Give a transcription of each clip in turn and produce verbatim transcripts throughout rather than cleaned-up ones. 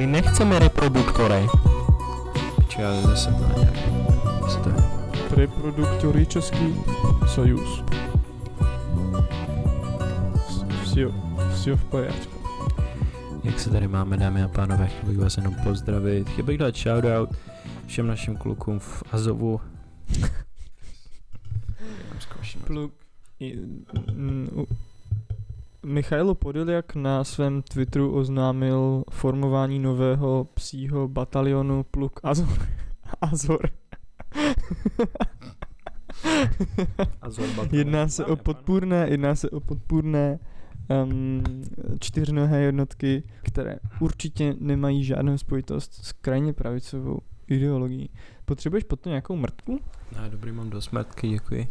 My nechceme reproduktory. Počkej, ale zase to nějak. Zase to je. Reproduktory Český Sojus. Vsio, vsio v pořádku. Jak se tady máme, dámy a pánové, chtěl bych vás jenom pozdravit. Chtěl bych dát shoutout všem našim klukům v Azovu. Pluk. I, m, u, Michailo Podoljak na svém Twitteru oznámil formování nového psího batalionu Pluk Azor. Azor. Azor jedná se o podpůrné, jedná se o podpůrné um, čtyřnohé jednotky, které určitě nemají žádnou spojitost s krajně pravicovou ideologií. Potřebuješ potom nějakou mrtvu? Ne, dobrý, mám dost mrtky, děkuji.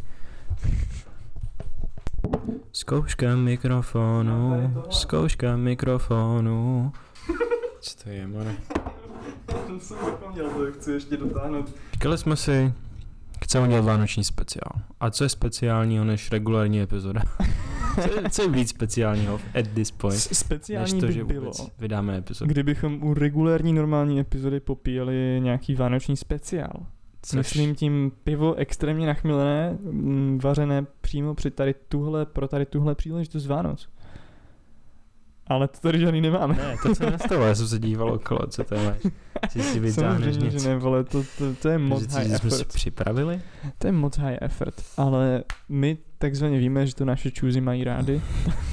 Zkouška mikrofonu, zkouška mikrofonu. Co to je, more? Já jsem zapomněl, to chci ještě dotáhnout. Říkali jsme si, chceme udělat vánoční speciál. A co je speciálního než regulární epizoda? co, je, co je víc speciálního at this point? S- speciální než to, by že bylo, vydáme epizodu. kdybychom u regulární normální epizody popíjeli nějaký vánoční speciál. Což... Myslím tím pivo extrémně nachmilené, m, vařené přímo při tady tuhle, pro tady tuhle příležitost Vánoc. Ale to tady žádný nemáme. Ne, to se nestalo, já jsem se díval okolo, co to máš. Jsi si vytáhneš Samozřejmě, něco. že ne, vole, to, to, to je moc Protože high jsme effort. si připravili? To je moc high effort, ale my takzvaně víme, že to naše čůzy mají rády.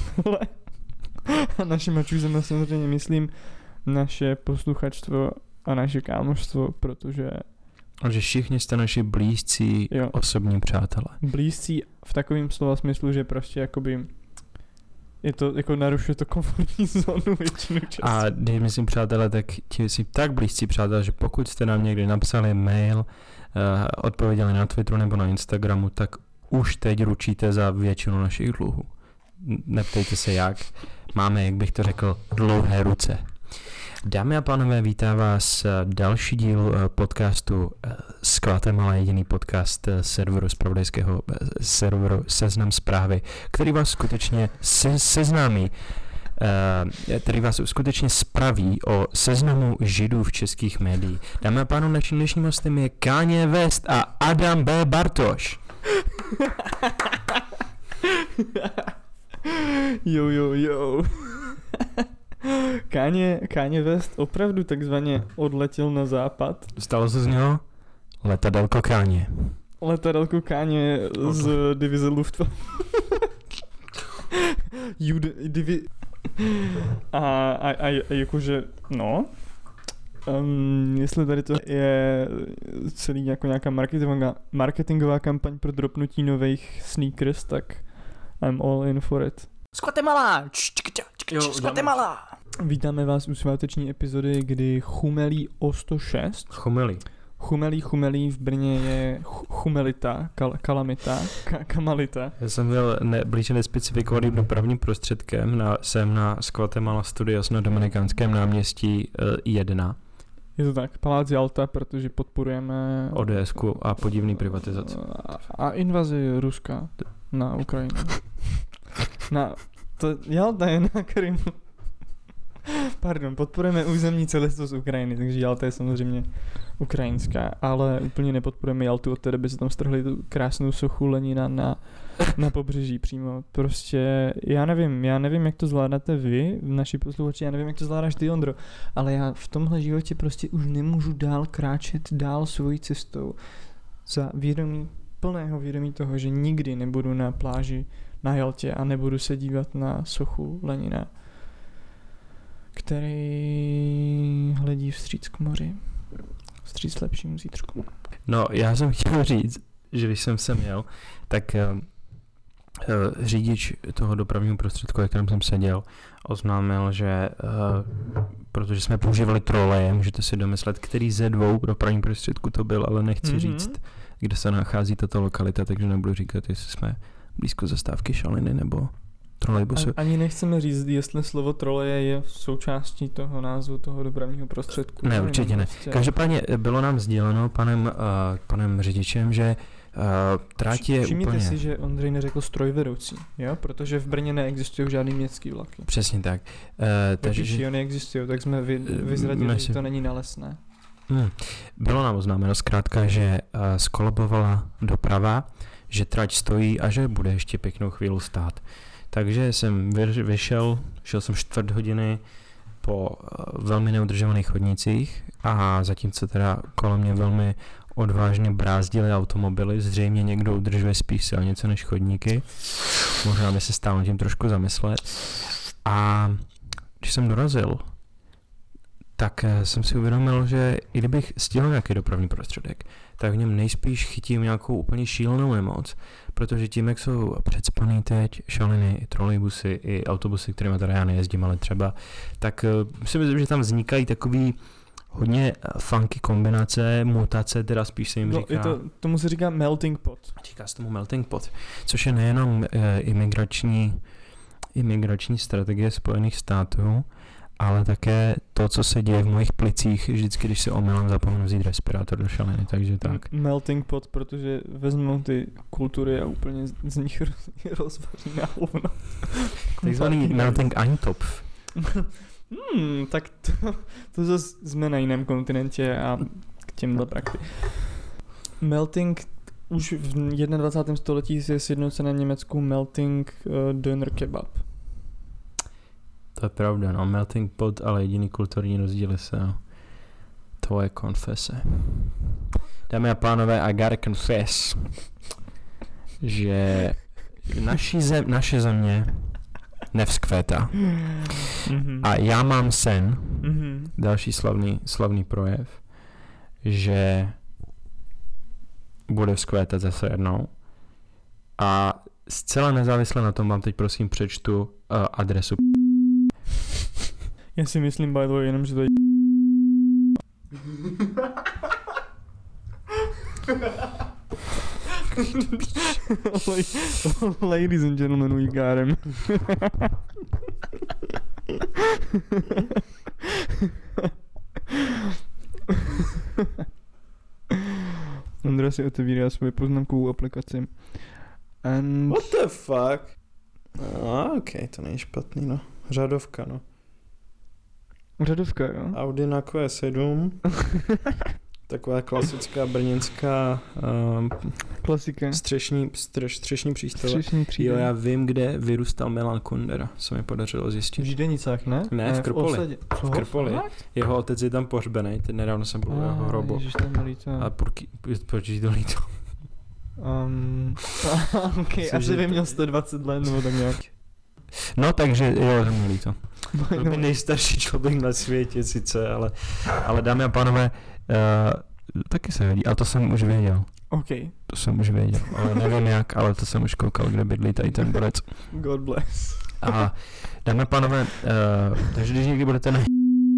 A našima čůzema samozřejmě myslím naše posluchačstvo a naše kámoštvo, protože... že všichni jste naši blízcí jo. osobní přátelé. Blízcí v takovém slova smyslu, že prostě jakoby je to, jako narušuje to komfortní zónu většinu času. A když myslím přátelé, tak ti si tak blízcí přátelé, že pokud jste nám někdy napsali mail, uh, odpověděli na Twitteru nebo na Instagramu, tak už teď ručíte za většinu našich dluhů. Neptejte se jak. Máme, jak bych to řekl, dlouhé ruce. Dámy a pánové, vítá vás další díl podcastu Skvatem, ale jediný podcast serveru zpravodajského serveru Seznam Zprávy, který vás skutečně se, seznámí, který vás skutečně spraví o seznamu židů v českých médiích. Dámy a pánové, naším dnešním hostem je Kanye West a Adam B. Bartoš. Jo, jo, jo. Kanye, Kanye West opravdu takzvaně odletěl na západ. Stalo se z něho letadelko Kanye. Letadelko Kanye z divize Luftwaffe. Jude, divi... A, a, a, a jakože, no, um, jestli tady to je celý jako nějaká marketingová, marketingová kampaň pro dropnutí nových sneakers, tak I'm all in for it. Skvatemala! Skvatemala! Vítáme vás u sváteční epizody, kdy chumelí o sto šest. Chumelí. Chumelí, chumelí, v Brně je ch- chumelita, kal- kalamita, ka- kamalita. Já jsem byl ne, blíže nespecifikovaným dopravním prostředkem, na, jsem na Skvatemala Studios na Dominikánském náměstí uh, jedna. Je to tak, Palác Jalta, protože podporujeme O D S ku a podivný privatizaci. A, a invazi Ruska na Ukrajinu. Na, to Jalta je na Krymu. Pardon, podporujeme územní celistvost Ukrajiny, takže Jalta je samozřejmě ukrajinská, ale úplně nepodporujeme Jaltu od té doby, se tam strhli tu krásnou sochu Lenina na, na pobřeží přímo. Prostě já nevím, já nevím, jak to zvládáte vy, naši posluchači, já nevím, jak to zvládáš ty, Ondro, ale já v tomhle životě prostě už nemůžu dál kráčet dál svojí cestou za vědomí, plného vědomí toho, že nikdy nebudu na pláži na Jaltě a nebudu se dívat na sochu Lenina, který hledí vstříc k moři, vstříc lepšímu zítřku. No, já jsem chtěl říct, že když jsem sem jel, tak uh, uh, řidič toho dopravního prostředku, jak kterém jsem seděl, oznámil, že uh, protože jsme používali troleje, můžete si domyslet, který ze dvou dopravních prostředků to byl, ale nechci mm-hmm. říct, kde se nachází tato lokalita, takže nebudu říkat, jestli jsme blízko zastávky Šaliny nebo trolejbusu. Ani nechceme říct, jestli slovo troleje je součástí toho názvu toho dopravního prostředku. Ne, určitě ne. Každopádně bylo nám sděleno panem, uh, panem řidičem, že trať je Všimněte úplně... si, že Ondřej neřekl strojvedoucí, jo? Protože v Brně neexistují žádný městský vlaky. Přesně tak. Uh, takže Když jo neexistují, tak jsme vy, vyzradili, si... že to není na Lesné. Hmm. Bylo nám oznámeno zkrátka, že uh, skolabovala doprava, že trať stojí a že bude ještě pěknou chvíli stát. Takže jsem vyšel, šel jsem čtvrt hodiny po uh, velmi neudržovaných chodnících a zatímco teda kolem mě velmi odvážně brázdily automobily, zřejmě někdo udržuje spíš silnice než chodníky. Možná by se stálo tím trošku zamyslet. A když jsem dorazil, tak jsem si uvědomil, že i kdybych stihl nějaký dopravní prostředek, tak v něm nejspíš chytím nějakou úplně šílenou nemoc, protože tím, jak jsou předspaný teď šaliny, trolejbusy i autobusy, kterými teda já nejezdím, ale třeba, tak si myslím, že tam vznikají takový hodně funky kombinace, mutace, teda spíš se jim no, říká... Je to, tomu se říká melting pot. Říká se tomu melting pot, což je nejenom e, imigrační, imigrační strategie Spojených států, ale také to, co se děje v mojich plicích, vždycky, když si omylem zapomenu vzít respirátor do šaliny, takže tak. Melting pot, protože vezmou ty kultury a úplně z nich rozvaří na hovno. Takzvaný melting Eintopf. Hmm, tak to, to zase jsme na jiném kontinentě a k těmhle prakty. Melting už v dvacátém prvním století je sjednocené Německu melting uh, döner kebab. To je pravda, no, melting pot, ale jediný kulturní rozdíly se, no. Tvoje konfese. Dámy a pánové, I gotta confess, že naší zem, naše země nevzkvétá. Mm-hmm. A já mám sen, mm-hmm. další slavný, slavný projev, že bude vzkvétat zase jednou. A zcela nezávisle na tom vám teď prosím přečtu uh, adresu. Já si myslím, by the way, jenom, že to je Ladies and gentlemen, we got him. Ondra si otevírá svoji poznámkovou aplikaci. And... What the fuck? Ah, ok, to není špatný, no. Řadovka, no. Řadovka, jo? Audi na Q sedm. Taková klasická brněnská um, klasika. Střešní, střeš, střešní přístava. Střešní přístava. Jo, já vím, kde vyrůstal Milan Kundera, co mi podařilo zjistit. V Židenicách, ne? Ne, v Krpoli. V, v Krpoli. Jeho otec je tam pohřbený, teď nedávno jsem byl u jeho hrobu. Ježiš, tam je líto. A proč je to líto? Um, ok, asi by měl sto dvacet let, nebo tak nějak. No, takže jo, to mě líto. Byl by nejstarší člověk na světě sice, ale, ale dámy a pánové, uh, taky se vědí, ale to jsem už věděl. OK. To jsem už věděl, ale nevím jak, ale to jsem už koukal, kde bydlí tady ten borec. God bless. A dámy a pánové, uh, takže když někdy budete na...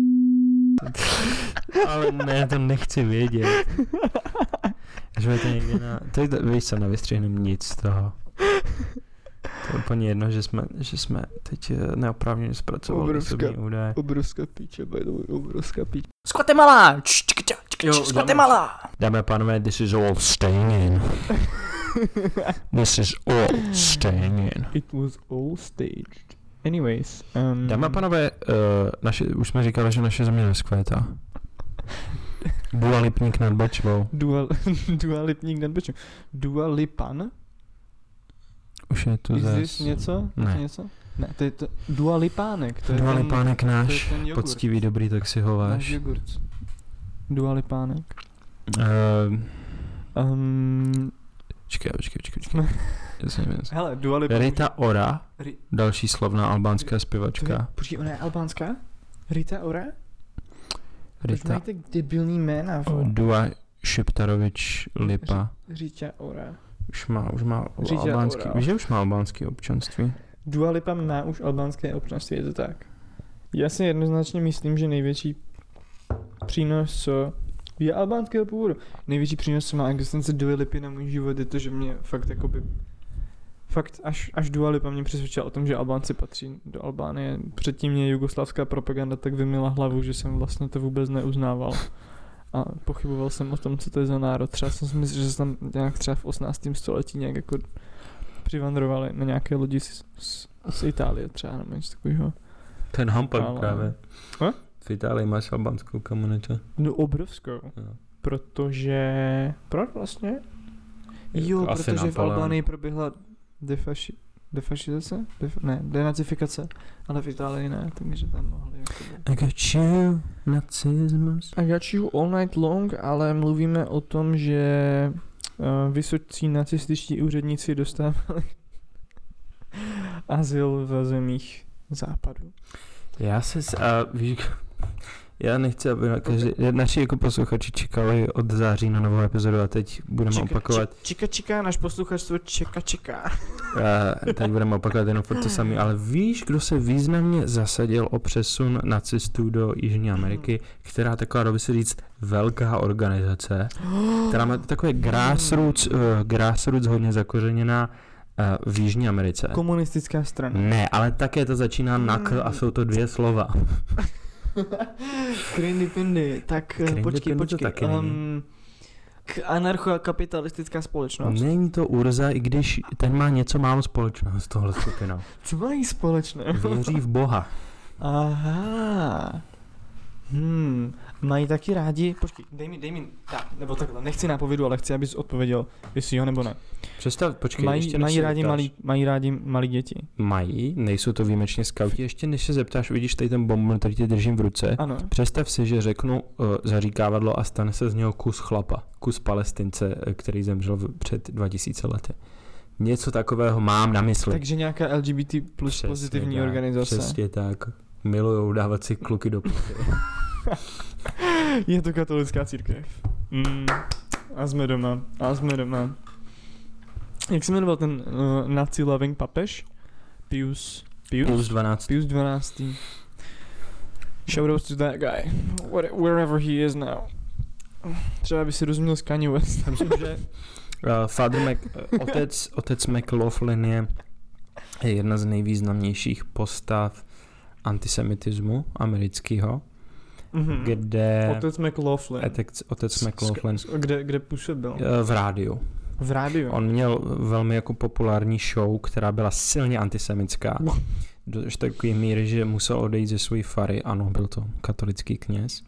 ale ne, to nechci vědět. Až budete někdy na... To je, víš co, nevystřihnem nic z toho. To je úplně jedno, že jsme, že jsme teď neoprávněně zpracovali osobní údaje. Obrovská píče, by the way, obrovská píče. Z Guatemala! Z Guatemala! Dámy a pánové, this is all staying in. This is all staying in. It was all staged. Anyways. Um, Dámy a pánové, uh, naše, už jsme říkali, že naše země nevzkvétá. Dua Lipník nad Bečvou. Dua, Dua Lipník nad Bečvou. Dua Lipan? Už je to zase... něco? Ne. něco? Ne, to je to Dua Lipánek. To je Dua ten, Lipánek náš, to je poctivý, dobrý, tak si ho náš váš. jogurt. Dua Lipánek. Uh, um, Čekaj, počkej, počkej, počkej. Jasně, jasně. Hele, Dua Lipánek. Rita Ora, Ri- další slavná albánská zpěvačka. Počkej, ona je albánská? Rita Ora? Proč Rita máte debilní jména? o, Dua Šiptarovič Lipa. Rita Ora. Už má, už má Rita albánský, Ora. víš, že už má albánský občanství? Dua Lipa má už albánské občanství, je to tak? Já si jednoznačně myslím, že největší přínos je albánského původu. Největší přínos, co má existence Dua Lipy na můj život, je to, že mě fakt jakoby fakt až, až Dua Lipa mě přesvědčila o tom, že Albánci patří do Albánie. Předtím mě jugoslávská propaganda tak vymila hlavu, že jsem vlastně to vůbec neuznával. a pochyboval jsem o tom, co to je za národ. Třeba jsem si myslel, že se tam nějak třeba v osmnáctém století nějak jako přivandrovali na nějaké lodi z, z, z Itálie třeba, nebo něco takového. Ten Hampel Ale- právě. A? V Itálii máš albánskou komunitu. No obrovskou, Jo. protože... Proč vlastně? Jo, Asi protože v Napoleon. Albánii proběhla defaši, defašizace? Def, ne, denacifikace, ale v Itálii ne, takže tam mohli jako... I got you, nacismus. I got you all night long, ale mluvíme o tom, že uh, vysocí nacističtí úředníci dostávali azyl v zemích západu. Já se, s- a víš, já nechci, aby na každý, naši jako posluchači čekali od září na novou epizodu a teď budeme Čeka, opakovat, Čeka, čeka, náš posluchač to čeka, čeka. a teď budeme opakovat jenom furt to samé, ale víš, kdo se významně zasadil o přesun nacistů do Jižní Ameriky, která taková, dá by se říct, velká organizace, která má takové grassroots, uh, grassroots hodně zakořeněná uh, v Jižní Americe. Komunistická strana. Ne, ale také to začíná na k a jsou to dvě slova. Krindy pindy, tak eh, Krindy počkej, pindy to počkej. taky není. Um, k anarchokapitalistická společnost. Není to Urza, i když ten má něco málo společného s tohle skupinou. Co mají společného? Věří v Boha. Aha. Hmm, mají taky rádi, počkej, dej mi, dej mi, tak, nebo takhle, nechci nápovědu, ale chci, abys odpověděl, jestli jo nebo ne. Představ, počkej, Mají, ještě než mají se rádi zeptáš. malí, mají rádi malí děti. Mají, nejsou to výjimečně skauti, ještě než se zeptáš, vidíš tady ten bonbon, který ti držím v ruce. Ano. Představ si, že řeknu uh, zaříkávadlo a stane se z něho kus chlapa, kus Palestince, eh, který zemřel v, před dva tisíce lety. Něco takového mám na mysli. Takže nějaká L G B T plus Přesně pozitivní tak, organizace. Přesně tak. Milujou dávat si kluky do pusy. Je to katolická církev. Mm. A jsme doma, a jsme doma. Jak se jmenoval ten uh, Nazi loving papež? Pius. Pius? Plus dvanáct. Pius dvanáctý. Shoutouts to that guy. What, wherever he is now. Třeba by si rozuměl s Kanye West. Myslím, že uh, Father Mac, uh, otec, otec McLaughlin je je jedna z nejvýznamnějších postav antisemitismu amerického, Mhm. kde Otec McLaughlin. otec, otec McLaughlin S- Kde, kde působil? uh, v rádiu. V rádiu. On měl velmi jako populární show, která byla silně antisemitská. Do takové míry, že musel odejít ze své fary. Ano, byl to katolický kněz.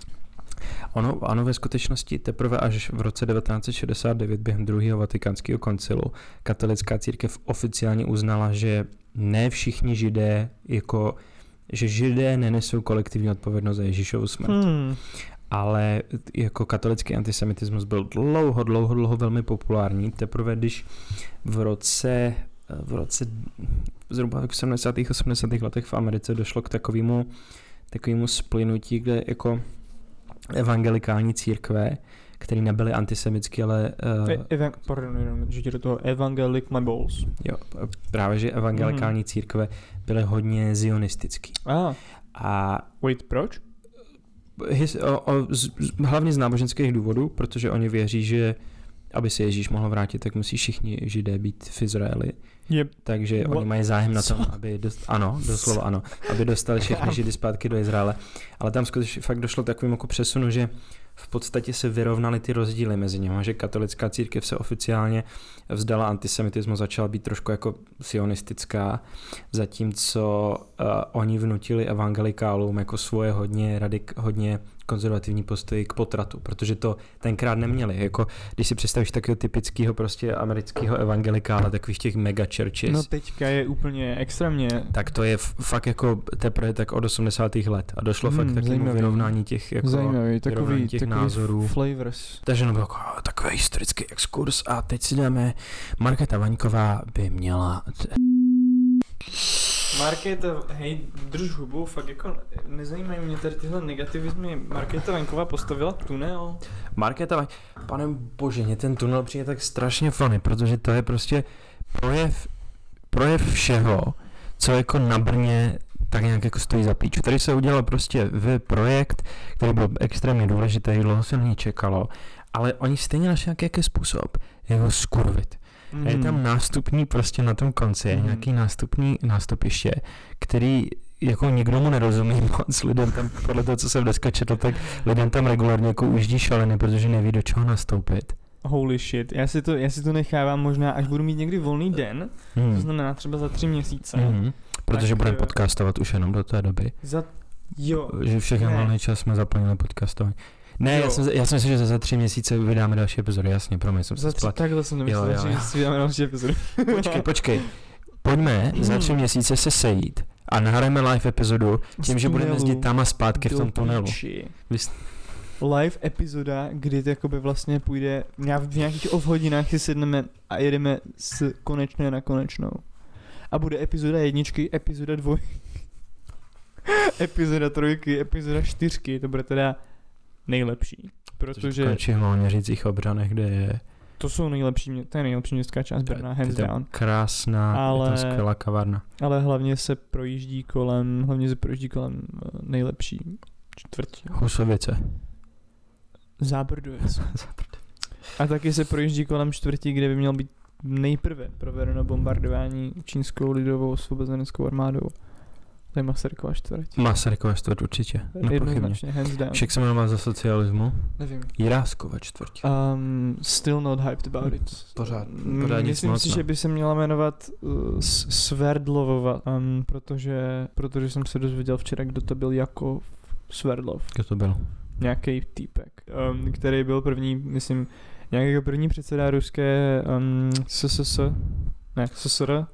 Ono, ano, ve skutečnosti teprve až v roce devatenáct set šedesát devět během druhého vatikánského koncilu katolická církev oficiálně uznala, že ne všichni židé, jako, že židé nenesou kolektivní odpovědnost za Ježíšovu smrt. Hmm. Ale jako katolický antisemitismus byl dlouho, dlouho, dlouho velmi populární. Teprve když v roce, v roce zhruba v sedmdesátých osmdesátých letech v Americe došlo k takovému, takovému splynutí, kde jako evangelikální církve, které nebyly antisemické, ale uh, E- evan- pardon, jenom, že ti do toho Evangelic my balls. jo, právě, že evangelikální Mhm. církve byly hodně zionistický. Ah, A wait, proč? his, o, o, z, z, hlavně z náboženských důvodů, protože oni věří, že aby se Ježíš mohl vrátit, tak musí všichni židé být v Izraeli. Yep. Takže What? oni mají zájem na tom, Co? aby, dost, ano, doslova ano, aby dostali všechny židy zpátky do Izraele. Ale tam skutečně fakt došlo k takovému jako přesunu, že v podstatě se vyrovnaly ty rozdíly mezi nimi, že katolická církev se oficiálně vzdala antisemitismu, začala být trošku jako sionistická, zatímco uh, oni vnutili evangelikálům jako svoje hodně, radik, hodně konzervativní postoji k potratu, protože to tenkrát neměli. Jako, když si představíš takového typického prostě amerického evangelikála, takových těch mega churches, No teďka je úplně extrémně. tak to je f- fakt jako teprve tak od osmdesátých let a došlo Hmm, fakt k takovému zajímavý. vyrovnání těch jako Zajímavý, vyrovnání takový, těch takový názorů. flavors. Takže no byl jako "Ah, takový historický exkurs a teď si dáme Markéta Vaňková by měla Markéta, hej, drž hubu, fakt jako nezajímají mě tady tyhle negativizmy. Markéta Vaňková postavila tunel. Markéta Vaň... Pane bože, mě ten tunel přijde tak strašně funny, protože to je prostě projev, projev všeho, co jako na Brně tak nějak jako stojí za píču. Tady se udělal prostě v projekt, který byl extrémně důležitý, dlouho se na něj čekalo, ale oni stejně našli nějaký způsob, jak ho skurvit. Mm. A je tam nástupní prostě na tom konci, je Mhm. nějaký nástupní nástupiště, který jako nikdo mu nerozumí moc, lidem tam, podle toho, co jsem dneska četl, tak lidem tam regulárně jako ujíždí šalený, protože neví, do čeho nastoupit. Holy shit, já si to, já si to nechávám možná, až budu mít někdy volný den, Hmm. to znamená třeba za tři měsíce. Mm-hmm. Protože Tak, budeme eh, podcastovat už jenom do té doby. Za, jo, Že všechny Ne. volný čas jsme zaplnili podcastování. Ne, Jo. já jsem, já jsem myslel, že za tři měsíce vydáme další epizody, jasně, promiň, jsem se za tři, splet. takhle jsem to Jo, myslel, jo, že jo. si dáme další epizodu. Počkej, počkej. Pojďme za tři měsíce se sejít a nahrajeme live epizodu tím, Z že budeme tunelu jezdit tam a zpátky v do tom tunelu. píči. Vy jste- Live epizoda, kdy to jakoby vlastně půjde, nějak- v nějakých off hodinách si sedneme a jedeme z konečné na konečnou. A bude epizoda jedničky, epizoda dvojky, epizoda trojky, epizoda čtyřky, to bude teda nejlepší. Protože Končí v Malměřících Obřanech, kde je, to jsou nejlepší, mě- to je nejlepší městská část Brna, hands je tam down. krásná, Ale- je tam skvělá kavárna. Ale hlavně se projíždí kolem, hlavně se projíždí kolem eh, nejlepší čtvrtí. Husovice. Zábrdovec. A taky se projíždí kolem čtvrtí, kde by měl být nejprve provedeno bombardování čínskou lidovou osvobozeneckou armádou. To je Masarykova čtvrť. Masarykova čtvrť určitě, nepochybně. Jednoznačně, hands down. Však se jmenoval za socialismu. Nevím. Jiráskova čtvrť. Um, still not hyped about it. Pořád, Mm, pořád nic Myslím moc, si, no. že by se měla jmenovat uh, S- Sverdlovova, um, protože, protože jsem se dozvěděl včera, kdo to byl jako Sverdlov. Kdo to byl? Nějaký týpek, um, který byl první, myslím, nějaký jako první předseda ruské um, S S S, ne, S S R.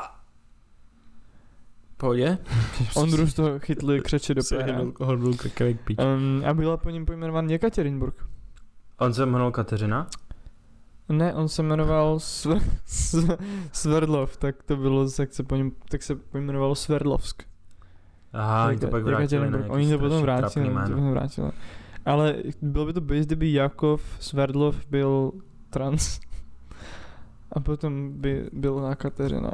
Pohodě? Ondru z toho chytli křeče do pera. Hodl kakelek píč. Um, a byla po něm pojmenovaná Jekaterinburg. On se jmenoval Kateřina? Ne, on se jmenoval Sv- Sv- Sverdlov, tak to bylo, tak se, po něm, tak se pojmenoval Sverdlovsk. Aha, oni to pak vrátili na nějaký Oni to potom strašně vrátili, trapný oni to jméno. potom vrátili. Ale bylo by to base, kdyby Jakov Sverdlov byl trans. A potom by byla Kateřina.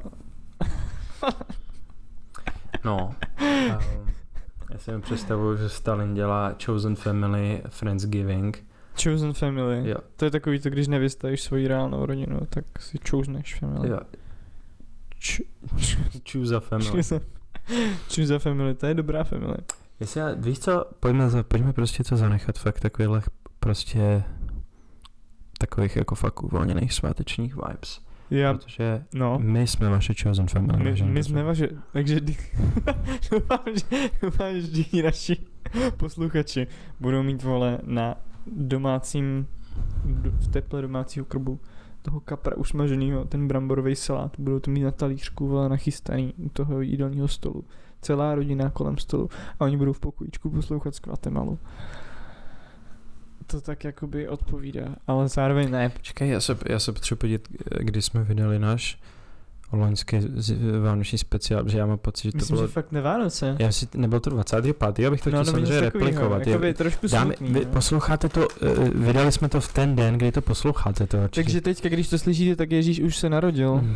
No. Um, já si mi představuju, že Stalin dělá Chosen Family Friendsgiving. Chosen family. Jo. To je takový to, když nevystavíš svoji reálnou rodinu, tak si chooseneš family. Jo. Č- Choose a family. Choose choose a family, to je dobrá family. Jestli já, víš co, pojďme, za, pojďme prostě to zanechat, fakt takovýhle prostě takových jako fakt uvolněných svátečních vibes. Já, Protože no. my jsme vaše Chosen Family. My, vážení my jsme posluchači. vaše, takže di- doufám, že, doufám, že všichni naši posluchači budou mít, vole, na domácím, do, v teple domácího krbu toho kapra usmaženýho, ten bramborový salát, budou to mít na talířku, vole, nachystaný u toho jídelního stolu. Celá rodina kolem stolu a oni budou v pokojíčku poslouchat z Guatemalu. To tak jakoby odpovídá, ale zároveň ne. Čekaj, já se, já se potřebuji podívat, kdy jsme vydali náš loňský z- vánoční speciál, že já mám pocit, že to Myslím, bylo... že fakt na Vánoce. Já si, nebylo to dvacátého pátého abych to chtěl nebo samozřejmě něco takovýho, replikovat. jakoby Je- trošku Dáme, smutný, vy no. posloucháte to, uh, vydali jsme to v ten den, kdy to posloucháte to určitě. Takže teďka, když to slyšíte, tak Ježíš už se narodil. Hmm.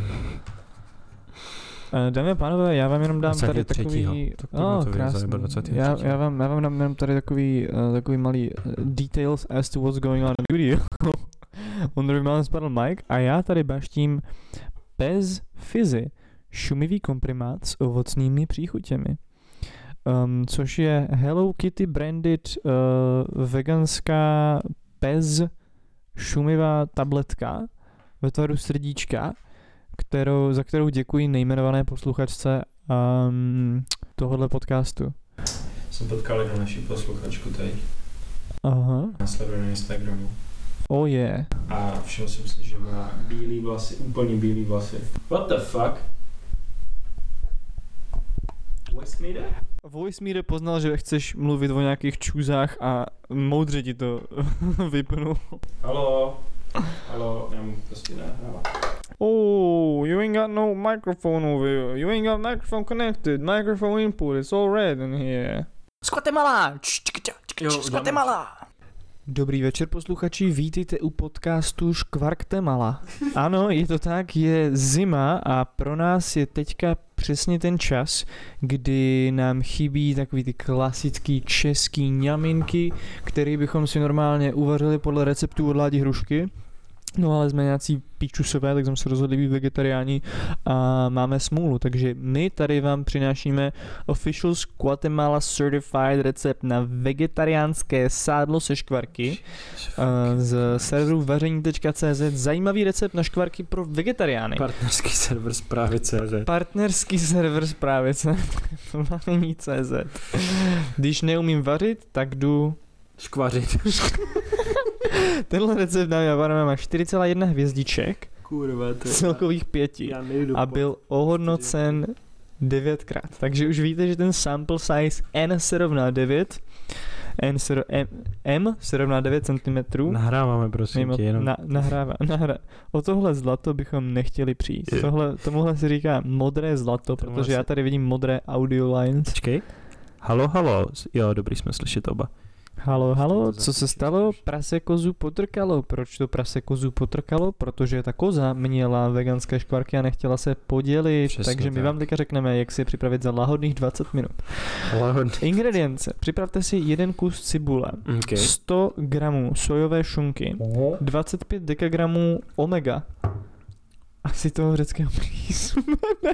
Eh, Dámy a pánové, já vám jenom dám tady dvacátého třetího takový... Tak to Oh, bylo to krásný. vyjezali, dvacátého Já, třetího já, vám, já vám dám jenom tady takový, uh, takový malý uh, details as to what's going on in the studio. Ondrovi málem spadl mic a já tady baštím Pez Fizzy, šumivý komprimát s ovocnými příchutěmi. Um, což je Hello Kitty branded uh, veganská Pez šumivá tabletka ve tvaru srdíčka, kterou, za kterou děkuji nejmenované posluchačce um, tohohle podcastu. Jsem potkal jednu naši posluchačku teď, Aha. následuje na Instagramu. Oh yeah. A všiml jsem si, že má bílý vlasy, úplně bílý vlasy. What the fuck? Voice meter? Voice meter poznal, že chceš mluvit o nějakých čůzách a moudře ti to vypnul. Halo? Halo, já mu prostě nahrávat. Oh, you ain't got no microphone over here. You ain't got microphone connected. Microphone input, it's all red in here. Z Guatemala. Z Guatemala. Dobrý večer posluchači, vítejte u podcastu Škvarktemala. Ano, je to tak, je zima a pro nás je teďka přesně ten čas, kdy nám chybí takový ty klasický český ňaminky, který bychom si normálně uvařili podle receptu od Ládi Hrušky. No ale jsme nějací píčusové, tak jsme se rozhodli být vegetariáni a máme smůlu, takže my tady vám přinášíme Official Guatemala Certified recept na vegetariánské sádlo se škvarky z serveru vaření tečka cé zet. Zajímavý recept na škvarky pro vegetariány. Partnerský server zprávy tečka cé zet. Partnerský server zprávy vaření tečka cé zet. Když neumím vařit, tak jdu škvařit. Tenhle recept, dámy a pánové, má čtyři celá jedna hvězdiček. Kurva, to je... celkových pěti. Já nejdu A po... byl ohodnocen devětkrát. Takže už víte, že ten sample size N se rovná devět. N se ro... M, M se rovná devět centimetrů. Nahráváme, prosím Mimo, tě, jenom. Na, nahrává, nahrá. O tohle zlato bychom nechtěli přijít. Je. Tohle, tomuhle se říká modré zlato, Tomuhle protože se- já tady vidím modré audio lines. Počkej. Halo, halo. Jo, dobrý, jsme slyšet oba. Halo, halo, To co se zase stalo? slyšíš. Prase kozu potrkalo. Proč to prase kozu potrkalo? Protože ta koza měla veganské škvarky a nechtěla se podělit. Přesně takže my tak. vám teďka řekneme, jak si je připravit za lahodných dvacet minut. Lahodný. Ingredience. Připravte si jeden kus cibule, Okay. sto gramů sojové šunky, dvacet pět dekagramů omega. Asi toho řeckého přísmene.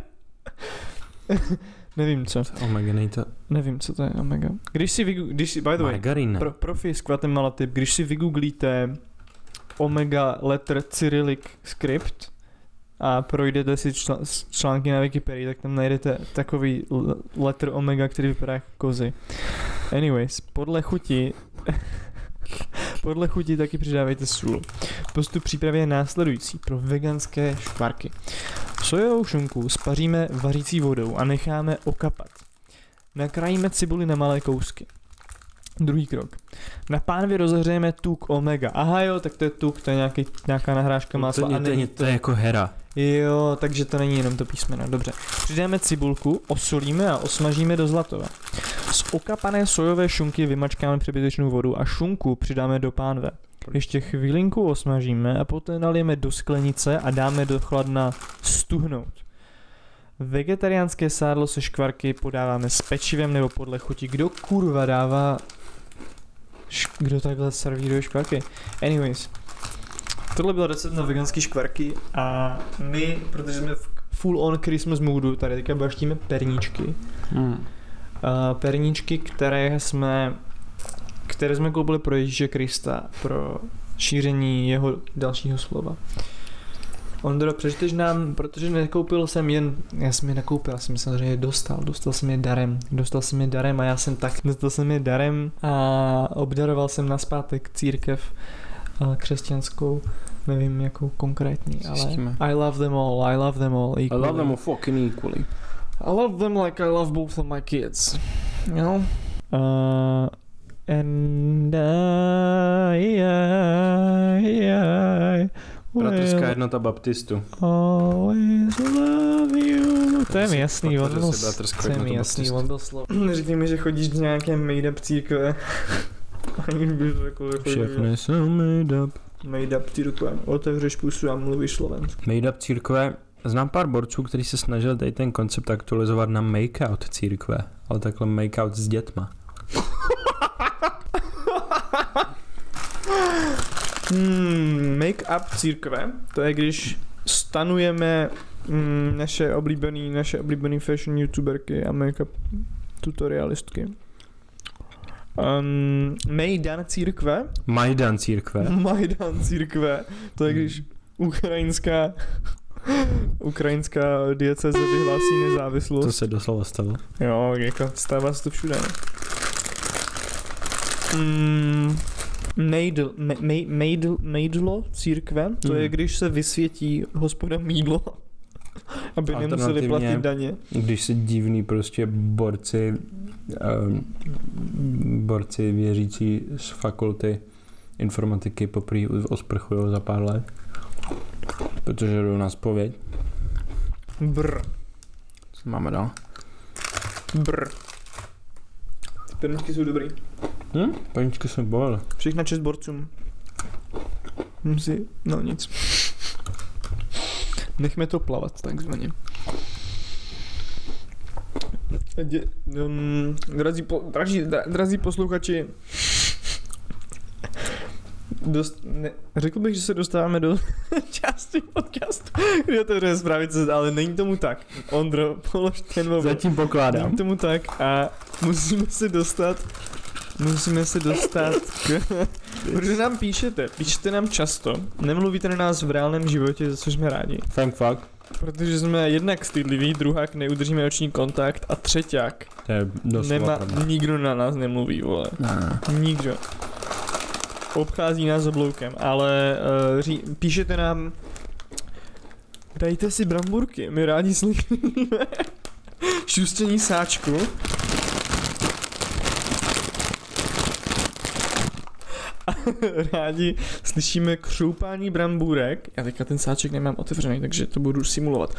Nevím co. Omega nejto. Nevím, co to je omega. Když si, vygu- když si, by the way, Margarina. pro, profi z Guatemala tip, když si vygooglíte omega letter Cyrillic script a projdete si čl- články na Wikipedii, tak tam najdete takový l- letter omega, který vypadá jako kozy. Anyways, podle chuti podle chuti taky přidávejte sůl. Postup přípravy je následující pro veganské škvarky. Sojovou šunku spaříme vařící vodou a necháme okapat. Nakrájíme cibuli na malé kousky. Druhý krok. Na pánvi rozehřejeme tuk omega. Aha jo, tak to je tuk, to je nějaký, nějaká nahrážka másla. To, A to, není to, to je jako hera. Jo, takže to není jenom to písmeno. Dobře. Přidáme cibulku, osolíme a osmažíme do zlatova. Z okapané sojové šunky vymačkáme přebytečnou vodu a šunku přidáme do pánve. Ještě chvilinku osmažíme a poté nalijeme do sklenice a dáme do chladna stuhnout. Vegetariánské sádlo se škvarky podáváme s pečivem nebo podle chuti. Kdo kurva dává... Š- kdo takhle servíruje škvarky? Anyways. Tohle byl recept na veganské škvarky a my, protože jsme v full on Christmas moodu, tady teďka baštíme perníčky. Hmm. Uh, perníčky, které jsme které jsme koupili pro Ježíše Krista, pro šíření jeho dalšího slova. Ondro, přečteš nám, protože nekoupil jsem jen, já jsem je nekoupil, já jsem je samozřejmě dostal, dostal jsem je darem, dostal jsem je darem a já jsem tak, dostal jsem je darem a obdaroval jsem nazpátek církev uh, křesťanskou, nevím jakou konkrétní, ale Zjistíme. I love them all, I love them all I equally. love them all fucking equally. I love them like I love both of my kids. You know? Uh, and I, I, I Bratrská will jednota baptistů. always love you. To je mi jasný, on Protože byl, se bratrskou to je mi jednotu jasný, baptistů. on byl slovo. Neříkej mi, že chodíš do nějaké made up církve. Ani bych řekl, že chodíš Všechny jsou made up. made up církve. Otevřeš pusu a mluvíš slovensky. Made up církve. Znám pár borců, kteří se snažili tady ten koncept aktualizovat na make-out církve. Ale takhle make-out s dětma. Hmm, make-up církve, to je když stanujeme mm, naše oblíbený, naše oblíbený fashion youtuberky a make-up tutorialistky. Um, Majdan církve, Majdan církve. Majdan církve, to je když ukrajinská ukrajinská diecéze vyhlásí nezávislost. To se doslova stalo. Jo, jako stává se to všude. Mm, mejdl, me, me, mejdl, mejdlo církve, to Mm. je když se vysvětí hospoda mídlo, aby nemuseli Alternativně- platit daně. Když se divní prostě borci, um, borci věřící z fakulty informatiky poprý osprchují za pár let, protože jdou na zpověď. Brr, Co máme dál? brr. Ty perničky jsou dobrý. Hm? Paničky jsem bol. Všechna čest borcům. Musí, no nic. Nechme to plavat, takzvaně. Dě, um, drazí, po, drazí, dra- drazí posluchači, dost, ne, řekl bych, že se dostáváme do části podcastu, kde to je zprávit, ale není tomu tak. Ondro, polož ten mobil. Zatím pokládám. Není tomu tak a musíme se dostat, musíme se dostat k... Protože nám píšete, píšete nám často, nemluvíte na nás v reálném životě, za což jsme rádi. Thank fuck. Protože jsme jednak stydliví, druhák neudržíme oční kontakt a třeťák To je doslova nemá, pravda. nikdo na nás nemluví, vole. Ne. Nikdo. Obchází nás obloukem, ale uh, ří, píšete nám, dajte si bramburky, my rádi slyšíme šustění sáčku. A rádi slyšíme křoupání brambůrek. Já teďka ten sáček nemám otevřený, takže to budu simulovat.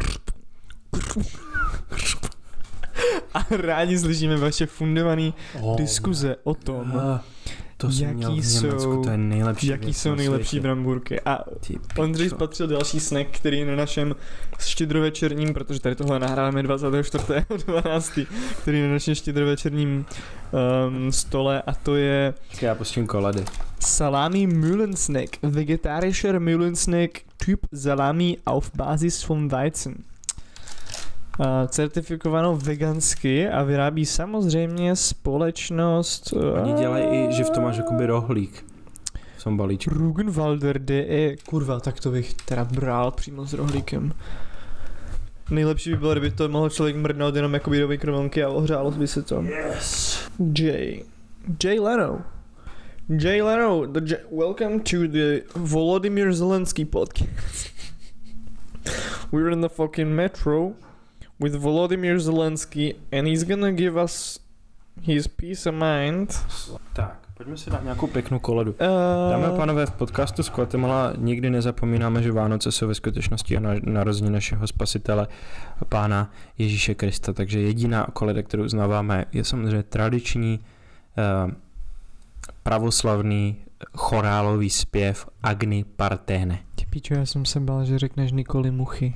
A rádi slyšíme vaše fundované Oh, diskuze o tom, uh, to jsem jaký měl v Německu, jsou- to je nejlepší jaký věc jsou na nejlepší světě. brambůrky. A Ty Ondřej pičo. spatřil další snack, který je na našem štědrovečerním, protože tady tohle nahráváme dvacátého čtvrtého dvanáctého který je na našem štědrovečerním um, stole a to je Já pustím koledy. Salami Mühlensnack, vegetarischer Mühlensnack, Typ Salami auf Basis von Weizen. Uh, certifikovanou vegansky a vyrábí samozřejmě společnost uh, Oni dělají i, že v tom máš jakoby rohlík. V tom balíčku. Rugenwalder D E. Kurva, tak to bych teda bral přímo s rohlíkem. Nejlepší by bylo, kdyby to mohl člověk mrdnout jenom jakoby do mikrovlnky a ohřálo by se to. Yes. Jay. Jay Leno. Jay Leno, the J- welcome to the Volodymyr Zelensky podcast. We're in the fucking metro with Volodymyr Zelensky and he's gonna give us his peace of mind. Tak, pojďme si dát nějakou pěknou koledu. Uh, Dámy a pánové, v podcastu z Guatemala nikdy nezapomínáme, že Vánoce jsou ve skutečnosti na, narozeniny našeho spasitele a pána Ježíše Krista, takže jediná koleda, kterou uznáváme, je samozřejmě tradiční uh, pravoslavný chorálový zpěv Agni Partene. Ty pičo, já jsem se bál, že řekneš Nikoli Muchy.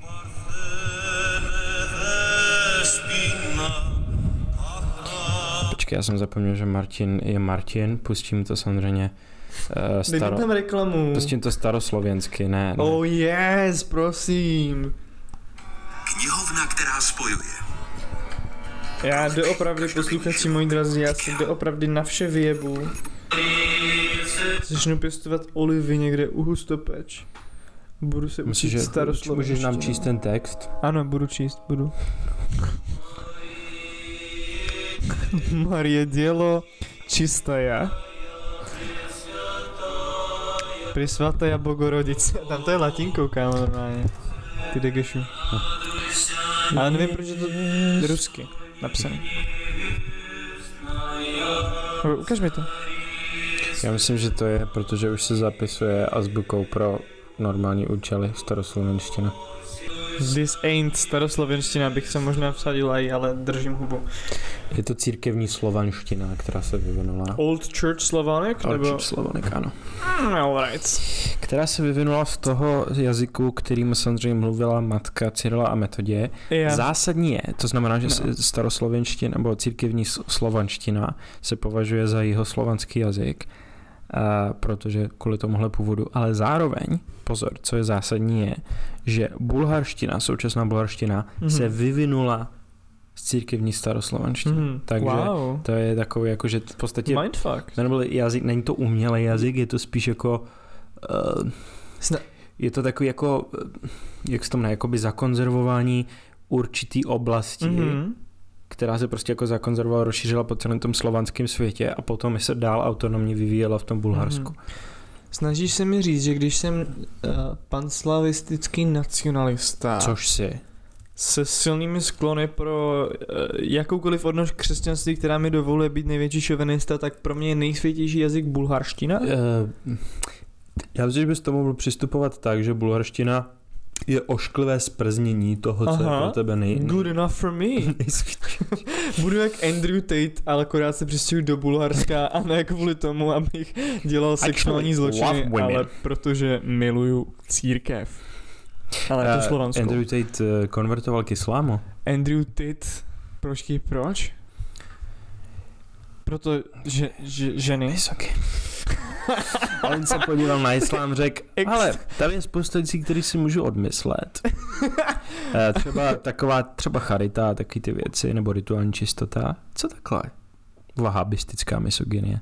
Počkej, já jsem zapomněl, že Martin je Martin, pustím to samozřejmě uh, Dej mi tam staro... reklamu. Pustím to staroslovensky, ne, ne. Oh yes, prosím. Knihovna, která spojuje. Já doopravdy, posluchači moji drazí, já se doopravdy na vše vyjebu. Začnu pěstovat olivy někde u Hustopeč. Budu se Myslíš, učit že staroslovenštinu. můžeš nám číst ten text? Ano, budu číst, budu. Marie dělo čistaja. Prisvataja Bogorodice. Tam to je latinkou, kámo, normálně. Ty degešu. Ale nevím, proč je to rusky napsané. Ukaž mi to. Já myslím, že to je, protože už se zapisuje azbukou pro normální účely staroslovenština. This ain't staroslovenština, bych se možná vsadil aj, ale držím hubu. Je to církevní slovanština, která se vyvinula. Old Church Slavonic? Nebo... Slovanik, ano. Mm, alright. Která se vyvinula z toho jazyku, kterým samozřejmě mluvila matka Cyrila a Metodě. Yeah. Zásadní je, to znamená, že No. staroslovenština nebo církevní s- slovanština se považuje za jihoslovanský jazyk, a protože kvůli tomuhle původu, ale zároveň, pozor, co je zásadní je, že bulharština, současná bulharština, Mhm. se vyvinula z církevní staroslovenštiny. Mhm. Takže Wow. to je takový, jako, že v podstatě Mindfuck. to nebyl jazyk, není to umělý jazyk, je to spíš jako uh, Sna- je to takový jako, eh, jak se to jmenuje, jakoby zakonzervování určitý oblasti, Mhm. která se prostě jako zakonzervovala, rozšířila po celém tom slovanském světě a potom se dál autonomně vyvíjela v tom Bulharsku. Mhm. Snažíš se mi říct, že když jsem uh, panslavistický nacionalista Což si. se silnými sklony pro uh, jakoukoliv odnož křesťanství, která mi dovoluje být největší šovinista, tak pro mě je nejsvětější jazyk bulharština? Uh, já myslím, že bys to mohl přistupovat tak, že bulharština je ošklivé zprznění toho, co Aha. je pro tebe nej... Good enough for me. Budu jak Andrew Tate, ale akorát se přistěhuji do Bulharska a ne kvůli tomu, abych dělal sexuální zločiny, love women. ale protože miluju církev. Ale to Eh, Slovanskou. Andrew Tate eh, konvertoval k islámu. Andrew Tate, pročkej, proč? Proto, že, že ženy. Vysoký. A on se podíval na islám, řekl, ale tady je spousta věcí, které si můžu odmyslet. E, třeba taková, třeba charita a taky ty věci, nebo rituální čistota. Co takhle? Vahabistická misogynie.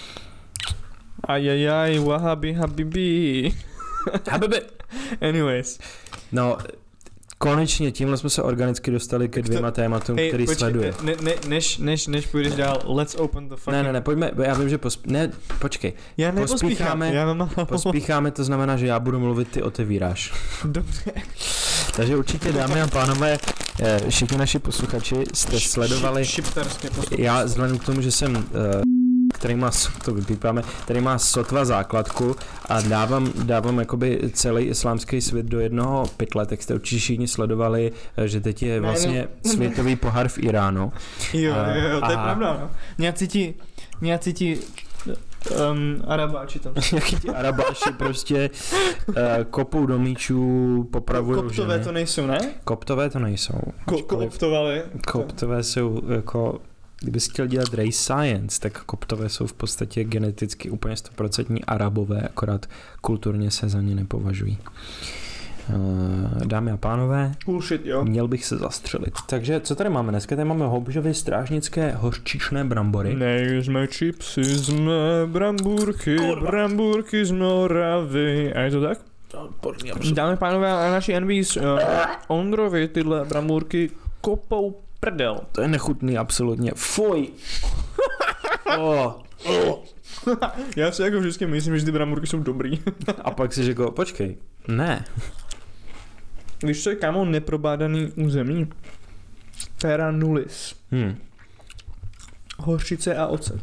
Ajajaj, wahabi habibi. Habibi. Anyways. No, konečně tímhle jsme se organicky dostali ke dvěma tématům, Hey, který počkej, sleduje. Ne, ne, než, než, než půjdeš dál, let's open the fucking... Ne, ne, ne, pojďme, já vím, že posp... Ne, počkej. Já nepospíchám, já mám Pospícháme, to znamená, že já budu mluvit, ty otevíráš. Dobře. Takže určitě, dámy a pánové, všichni naši posluchači jste sledovali... Šiptarské posluchači. Já vzhledem k tomu, že jsem... který má, to vypípáme, který má sotva základku a dávám, dávám jakoby celý islámský svět do jednoho pytle, tak jste určitě všichni sledovali, že teď je vlastně světový pohár v Iránu. Jo, jo, jo, to je pravda, no. Nějací ti, nějací ti um, Arabáči tam. Nějaký ti Arabáši prostě uh, kopou do míčů, popravují ženy. Koptové to nejsou, ne? Koptové to nejsou. Ko- koptovali. Koptové jsou jako... Kdybys chtěl dělat race science, tak koptové jsou v podstatě geneticky úplně stoprocentní Arabové, akorát kulturně se za ně nepovažují. Dámy a pánové, Bullshit, jo. Měl bych se zastřelit. Takže co tady máme? Dneska tady máme houbižové strážnické hořčičné brambory. Nejsme čipsy, jsme brambůrky, Kurva. brambůrky z Moravy. A je to tak? Dámy a pánové, a naši N B S uh, Ondrovi tyhle brambůrky kopou prdel. To je nechutný, absolutně. Fuj! oh. Oh. Já si jako vždycky myslím, že ty brambůrky jsou dobrý. A pak si řekl, počkej, ne. Víš, co je kámo neprobádaný území? Terra nullis. Hmm. Hořčice a ocet.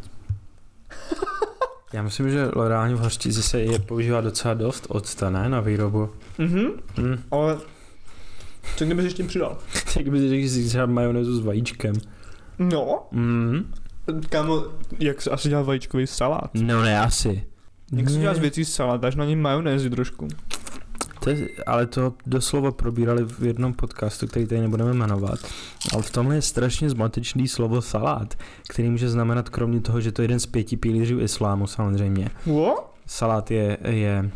Já myslím, že reálně v hořčici se je používá docela dost octa, ne, na výrobu. Mhm, Hmm. ale co kdybys ještě přidal? Tak kdyby si řekl, že si třeba majonézu s vajíčkem. No. Mm. Kámo, jak se asi dělá vajíčkový salát? No ne, asi. Jak se dělá z věcí salát? Dáš na něm majonézi trošku. To je, ale to doslova probírali v jednom podcastu, který tady nebudeme jmenovat. Ale v tomhle je strašně zmatečný slovo salát, který může znamenat kromě toho, že to je jeden z pěti pilířů islámu samozřejmě. What? Salát je, je...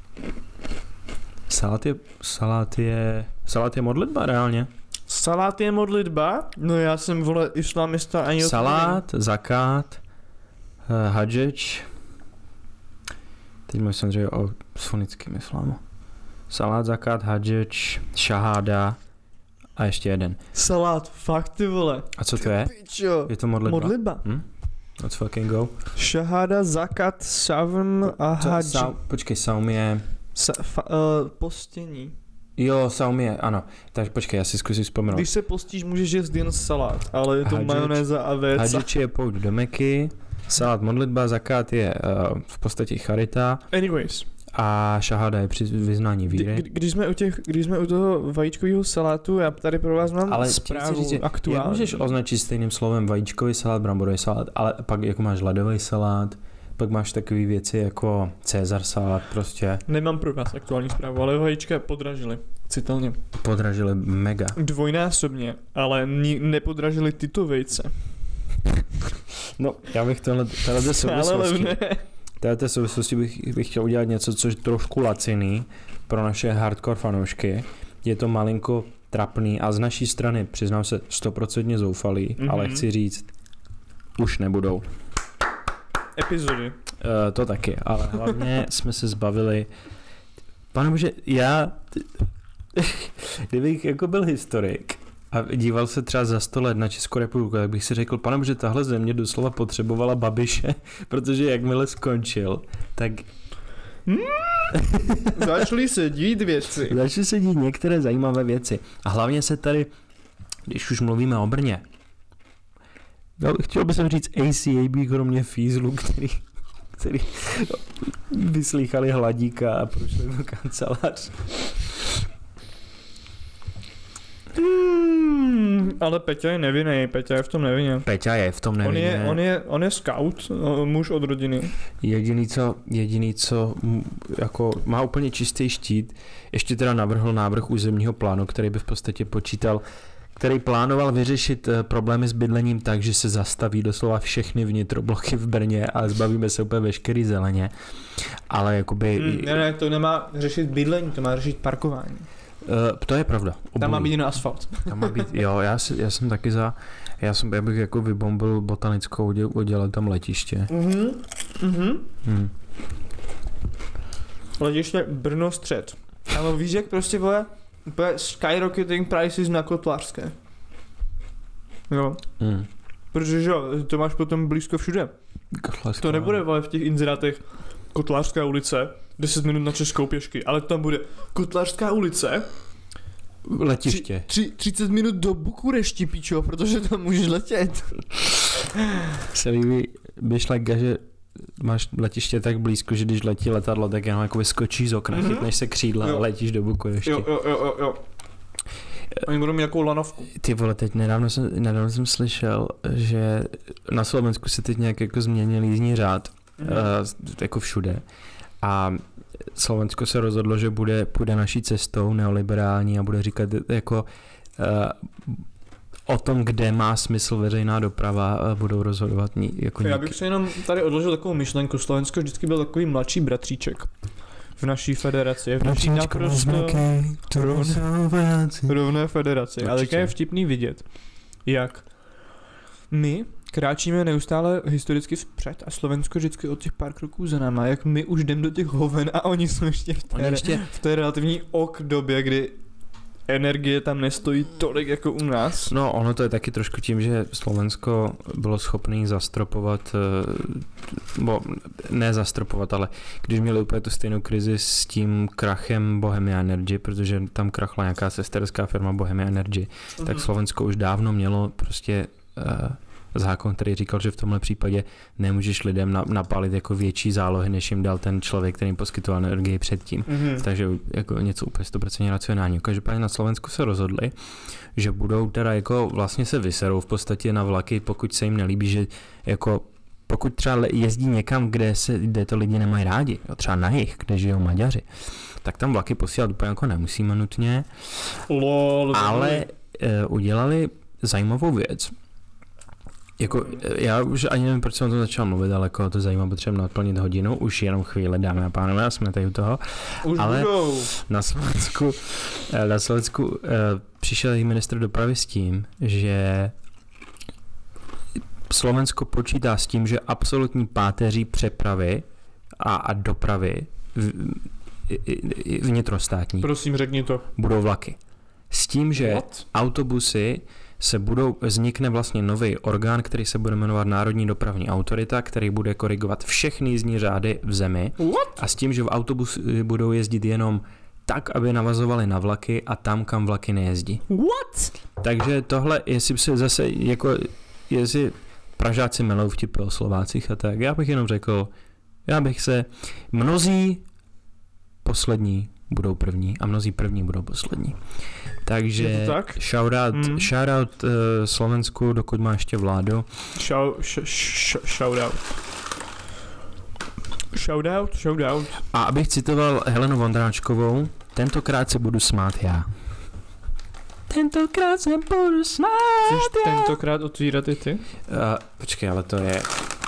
Salát je... Salát je... Salát je modlitba reálně. Salát je modlitba? No já jsem, vole, islamista ani... Salát, zakát, uh, hadžeč. Teď mluvím samozřejmě o sunnickém islámu. Salát, zakát, hadžeč, šaháda a ještě jeden. Salát, fakt ty vole. A co to je? Pičo. Je to modlitba? Modlitba. Hm? Let's fucking go. Šaháda, zakat, savm a hadž. Sa- počkej, saum je... Sa- fa- uh, postění. Jo, saum je, ano. Takže počkej, já si zkusím vzpomenout. Když se postíš, můžeš jíst jen salát, ale je to Hadžič- majonéza a věc. Hadžič je pouť do Meky, salát modlitba, zakát je uh, v podstatě charita Anyways. a šaháda je při vyznání víry. Kdy, když, jsme u těch, když jsme u toho vajíčkového salátu, já tady pro vás mám Ale zprávu říct, aktuální. jak můžeš označit stejným slovem vajíčkový salát, bramborový salát, ale pak jako máš ledový salát, pak máš takové věci jako Cezar salát prostě. Nemám pro vás aktuální zprávu, ale vajíčka podražili. Citelně. Podražili mega. Dvojnásobně, ale ni- nepodražili tyto vejce. No, já bych tohle, tohle Ale souvislosti, levné. této souvislosti bych, bych chtěl udělat něco, což je trošku laciný pro naše hardcore fanoušky. Je to malinko trapný a z naší strany, přiznám se, stoprocentně zoufalý, mm-hmm. ale chci říct, už nebudou. Epizody. Uh, to taky, ale hlavně jsme se zbavili. Pane bože, já, kdybych jako byl historik a díval se třeba za sto let na Českou republiku, tak bych si řekl, pane bože, tahle země doslova potřebovala Babiše, protože jakmile skončil, tak... Hmm? Začaly se dít věci. Začaly se dít některé zajímavé věci. A hlavně se tady, když už mluvíme o Brně, chtěl bych říct A C A B kromě fízlu, který, který vyslýchali Hladíka a prošli do kancelář. Hmm, ale Peťa je nevinný, Peťa je v tom nevinně. Peťa je v tom nevinně. On je, on je, on je scout, muž od rodiny. Jediný co, jediný co jako má úplně čistý štít, ještě teda navrhl návrh územního plánu, který by v podstatě počítal který plánoval vyřešit uh, problémy s bydlením tak, že se zastaví doslova všechny vnitrobloky v Brně a zbavíme se úplně veškerý zeleně. Ale jakoby... Hmm, ne, ne, to nemá řešit bydlení, to má řešit parkování. Uh, to je pravda. Obojí. Tam má být jen asfalt. Tam má být, jo, já, si, já jsem taky za, já, jsem, já bych jako vybombil botanickou, uděl, udělal tam letiště. Mhm, mhm. Hmm. Letiště Brno střed. Ale víš, jak prostě vole, úplně skyrocketing prices na Kotlářské. Jo, Hmm. protože jo, to máš potom blízko všude. To nebude vole v těch inzerátech Kotlářská ulice, deset minut na Českou pěšky, ale tam bude Kotlářská ulice, Letiště. Tři, tři, třicet minut do Bukurešti, píčo, protože tam můžeš letět. Se líbí myšlenka, že máš letiště tak blízko, že když letí letadlo, tak jenom jako vyskočíš z okna, mm-hmm. chytneš se křídla jo. a letíš do Bukurešti. Jo, jo, jo, jo, jo. Oni budou mít nějakou lanovku. Ty vole, teď nedávno jsem, nedávno jsem slyšel, že na Slovensku se teď nějak jako změnil jízdní řád, mm-hmm. uh, jako všude. A Slovensko se rozhodlo, že bude, půjde naší cestou neoliberální a bude říkat jako uh, o tom, kde má smysl veřejná doprava a budou rozhodovat ní, jako Já bych se jenom tady odložil takovou myšlenku. Slovensko vždycky byl takový mladší bratříček v naší federaci. V naší naprosto rovné, rovné federaci. Ale také je vtipný vidět, jak my kráčíme neustále historicky vpřed a Slovensko vždycky od těch pár kroků za náma, jak my už jdem do těch hoven a oni jsou ještě v té, ještě... V té relativní ok době, kdy energie tam nestojí tolik jako u nás. No, ono to je taky trošku tím, že Slovensko bylo schopné zastropovat, bo ne zastropovat, ale když měli úplně tu stejnou krizi s tím krachem Bohemia Energy, protože tam krachla nějaká sesterská firma Bohemia Energy, uh-huh. tak Slovensko už dávno mělo prostě uh, zákon, který říkal, že v tomhle případě nemůžeš lidem napálit jako větší zálohy, než jim dal ten člověk, který jim poskytoval energii předtím. Mm-hmm. Takže jako něco úplně sto procent racionální. Každopádně na Slovensku se rozhodli, že budou teda jako vlastně se vyserou v podstatě na vlaky, pokud se jim nelíbí, že jako pokud třeba jezdí někam, kde, se, kde to lidi nemají rádi, jo, třeba na jih, kde žijou Maďaři, tak tam vlaky posílat úplně jako nemusíme nutně, Lol, ale e, udělali zajímavou věc. Jako, já už ani nevím, proč jsem o tom začal mluvit, ale jako to zajímá, potřebujeme naplnit hodinu, už jenom chvíli, dámy a pánové, a jsme tady u toho. Už ale budou. na Slovensku, na Slovensku uh, přišel i ministr dopravy s tím, že Slovensko počítá s tím, že absolutní páteří přepravy a, a dopravy v, vnitrostátní Prosím, řekni to. budou vlaky. S tím, že What? autobusy se budou, vznikne vlastně nový orgán, který se bude jmenovat Národní dopravní autorita, který bude korigovat všechny jízdní řády v zemi. What? A s tím, že v autobusy budou jezdit jenom tak, aby navazovaly na vlaky a tam, kam vlaky nejezdí. What? Takže tohle, jestli se zase, jako, jestli Pražáci melou vtipy o Slovácích a tak, já bych jenom řekl, já bych se, mnozí poslední budou první a mnozí první budou poslední. Takže tak? shoutout, mm. shoutout uh, Slovensku, dokud má ještě vládu. Shout, sh, sh, shoutout. Shoutout, shoutout. A abych citoval Helenu Vondráčkovou, tentokrát se budu smát já. Tentokrát se budu smát Chceš já. tentokrát otvírat i ty? Uh, počkej, ale to je...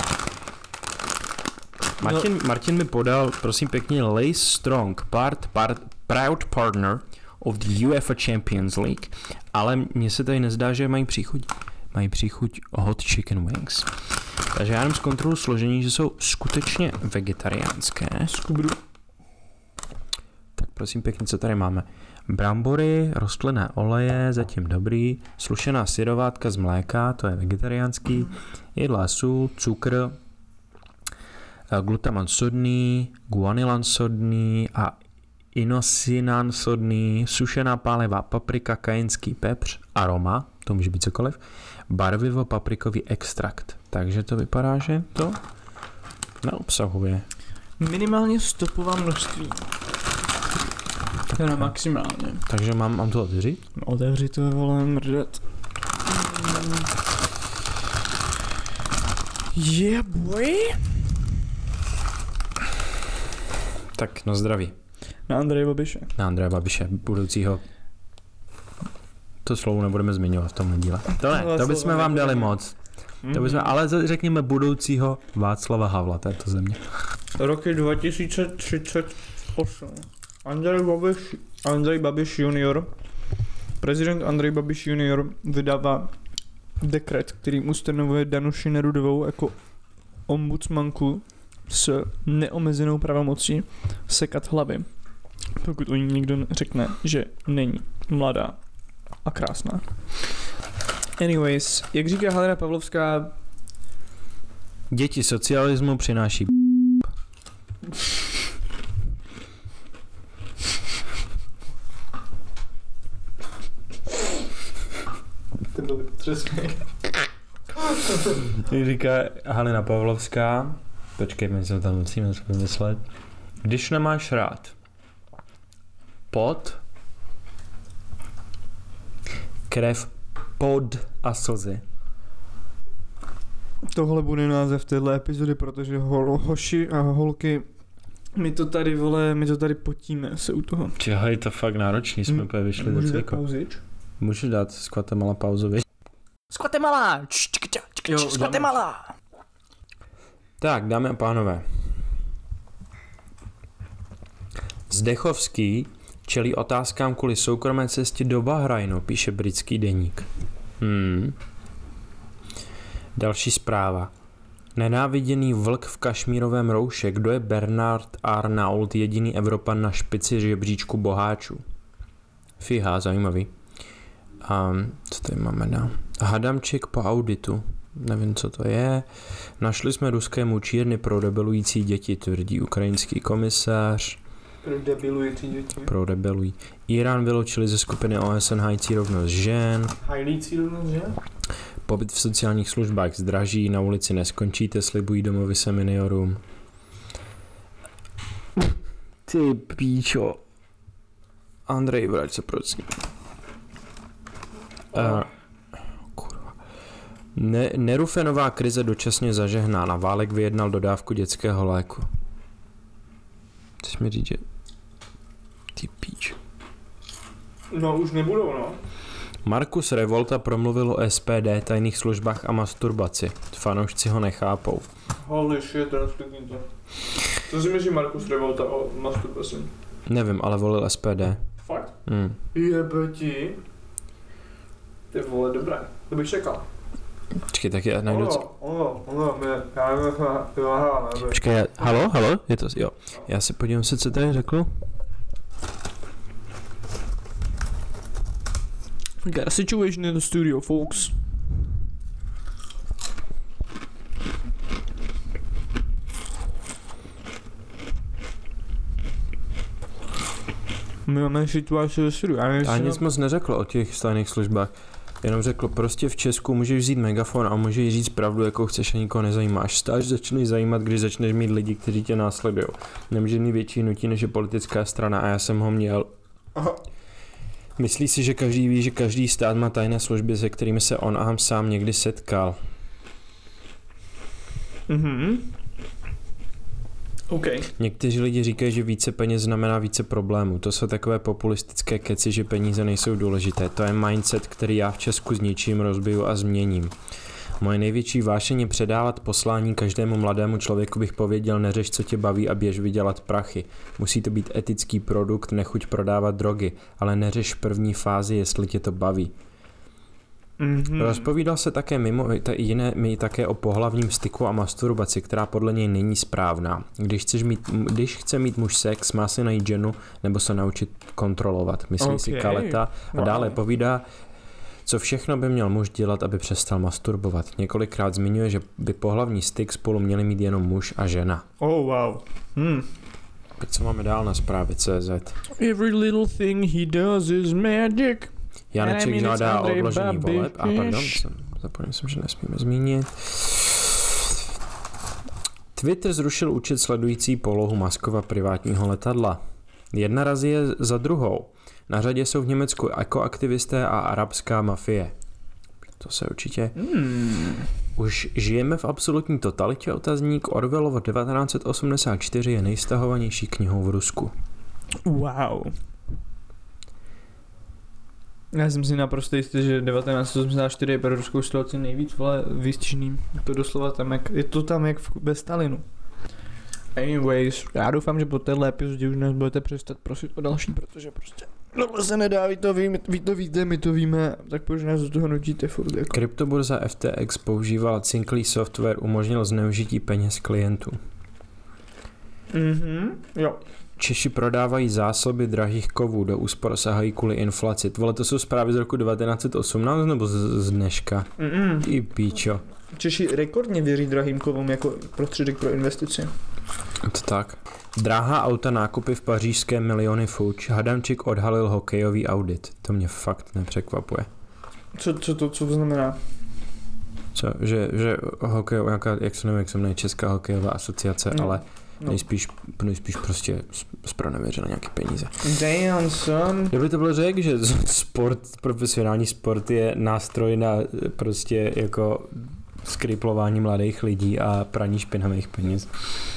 Martin, no. Martin mi podal, prosím pěkně, Lace Strong, part, part, proud partner of the UEFA Champions League, ale mně se tady nezdá, že mají příchuť, mají příchuť hot chicken wings. Takže já jenom zkontroluji složení, že jsou skutečně vegetariánské. Skubru. Tak prosím pěkně, co tady máme? Brambory, rostlinné oleje, zatím dobrý, slušená syrovátka z mléka, to je vegetariánský, jedlá sůl, cukr, glutamat sodný, guanylan sodný a inosinan sodný, sušená pálivá paprika, kajenský pepř, aroma, to může být cokoliv, barvivo paprikový extrakt. Takže to vypadá, že to neobsahuje. Minimálně stopová množství. Teda maximálně. Takže mám, mám to otevřít? Otevři to, vole, mrdet. Yeah, boy. Tak, na zdraví. Na Andreje Babiše. Na Andreje Babiše, budoucího to slovo nebudeme zmiňovat v tomhle díle. To ne, Tohle to bychom slovo vám dali nebudeme. moc. To bychom, ale za- řekněme budoucího Václava Havla této země. Roky dva tisíce třicet osm. Andrej Babiš, Andrej Babiš junior, prezident Andrej Babiš junior vydává dekret, který ustanovuje Danuši Nerudovou jako ombudsmanku s neomezenou pravomocí sekat hlavy, pokud o ní někdo řekne, že není mladá a krásná. Anyways, jak říká Helena Pavlovská, Děti socialismu přináší to byl přesně. Jak říká Halina Pavlovská, počkej, my se tam musíme vymyslet. Když nemáš rád pot, krev, pod a slzy. Tohle bude název téhle epizody, protože hol, hoši a holky, my to tady, vole, my to tady potíme se u toho. Čeho je to fakt náročný, jsme úplně vyšli do cviku. pauzič? Můžu dát z Guatemala pauzu, viď? Z Guatemala. Jo, Z Guatemala. Tak, dámy a pánové. Zdechovský čelí otázkám kvůli soukromé cestě do Bahrajnu, píše britský deník. Hmm. Další zpráva. Nenáviděný vlk v kašmírovém rouše. Kdo je Bernard Arnault, jediný Evropan na špici žebříčku boháčů? Fíha, zajímavý. Um, co tady máme dál? Hadamček po auditu. Nevím, co to je. Našli jsme ruské mučírny pro rebelující děti, tvrdí ukrajinský komisař. Pro debilující děti. Pro rebelují. Irán vyloučili ze skupiny O S N hájící rovnost žen. Hajlící rovnost žen? Pobyt v sociálních službách zdraží, na ulici neskončíte, slibují domovy seniorům. Ty píčo. Andrej, vrať se prosím. Uh, kurva. Ne, Nerufenová krize dočasně zažehnána. Válek vyjednal dodávku dětského léku. Chceš mi říct, že... Ty píčo. No, už nebudou, no. Markus Revolta promluvil o S P D, tajných službách a masturbaci. Fanoušci ho nechápou. Holy shit, rozklikni to. Co si myslí Markus Revolta o masturbaci? Nevím, ale volil S P D. Fakt? Hmm. Jebe ti. Ty vole, dobré. To bych čekal. Počkej, tak já najdu... Ono, ono, ono, my, já nevím, já nevím. Počkej, já, halo, halo, je to, jo. Já se podívám se, co tady řekl. We got a situation in the studio, folks. My máme situaci ve studiu. A nic moc neřekl o těch tajných službách. Jenom řekl, prostě v Česku můžeš vzít megafon a můžeš říct pravdu, jakou chceš a nikoho nezajímáš. Stáž začneš zajímat, když začneš mít lidi, kteří tě následují. Nemůžeš mít větší nutí, než je politická strana a já jsem ho měl. Aha. Myslí si, že každý ví, že každý stát má tajné služby, se kterými se on a sám někdy setkal. Mhm. OK. Někteří lidi říkají, že více peněz znamená více problémů. To jsou takové populistické keci, že peníze nejsou důležité. To je mindset, který já v Česku zničím, rozbiju a změním. Moje největší vášeň je předávat poslání každému mladému člověku, bych pověděl, neřeš, co tě baví a běž vydělat prachy. Musí to být etický produkt, nechuť prodávat drogy, ale neřeš v první fázi, jestli tě to baví. Mm-hmm. Rozpovídal se také mimo jiné mi také o pohlavním styku a masturbaci, která podle něj není správná. Když, chceš mít, když chce mít muž sex, má si najít ženu nebo se naučit kontrolovat, myslí okay. si Kaleta a wow. Dále povídá, co všechno by měl muž dělat, aby přestal masturbovat. Několikrát zmiňuje, že by pohlavní styk spolu měli mít jenom muž a žena. Oh wow. Hmm. Tak co máme dál na zprávě C Z? Every little thing he does is magic. Janeček žádá o odložení voleb. A pardon, jsem, zapomněl jsem, že nesmíme zmínit. Twitter zrušil účet sledující polohu Muskova privátního letadla. Jedna razie za druhou. Na řadě jsou v Německu ekoaktivisté a arabská mafie. To se určitě... Hmm. Už žijeme v absolutní totalitě, otazník. Orwellovo devatenáct set osmdesát čtyři je nejstahovanější knihou v Rusku. Wow. Já jsem si naprosto jistý, že devatenáct set osmdesát čtyři je pro ruskou situaci nejvíc vole výstižný. To doslova tam jak, je to tam jak v, ve Stalinu. Anyways, já doufám, že po téhle epizodě už nás budete přestat prosit o další, protože prostě tohle se nedá, vy to, ví, vy to víte, my to víme, tak proč nás do toho nutíte furt jako. Kryptoburza F T X používala cinklý software, umožnil zneužití peněz klientů. Mhm, jo. Češi prodávají zásoby drahých kovů, do úspor sahají kvůli inflaci. Vole, to jsou zprávy z roku devatenáct set osmnáct nebo z, z dneška? Mm-mm. Ty píčo. Češi rekordně věří drahým kovům jako prostředek pro investici. To tak. Drahá auta, nákupy v pařížském miliony fuč. Hadamčík odhalil hokejový audit. To mě fakt nepřekvapuje. Co, co, to, co to znamená? Co, že, že hokej, jaká, jak se nevím, jak se jmenuje Česká hokejová asociace, No. ale No. nejspíš, nejspíš prostě zpronevěřila nějaké peníze. Damn, son. Kdyby to bylo řek, že sport, profesionální sport je nástroj na prostě jako skriplování mladých lidí a praní špinavých peněz.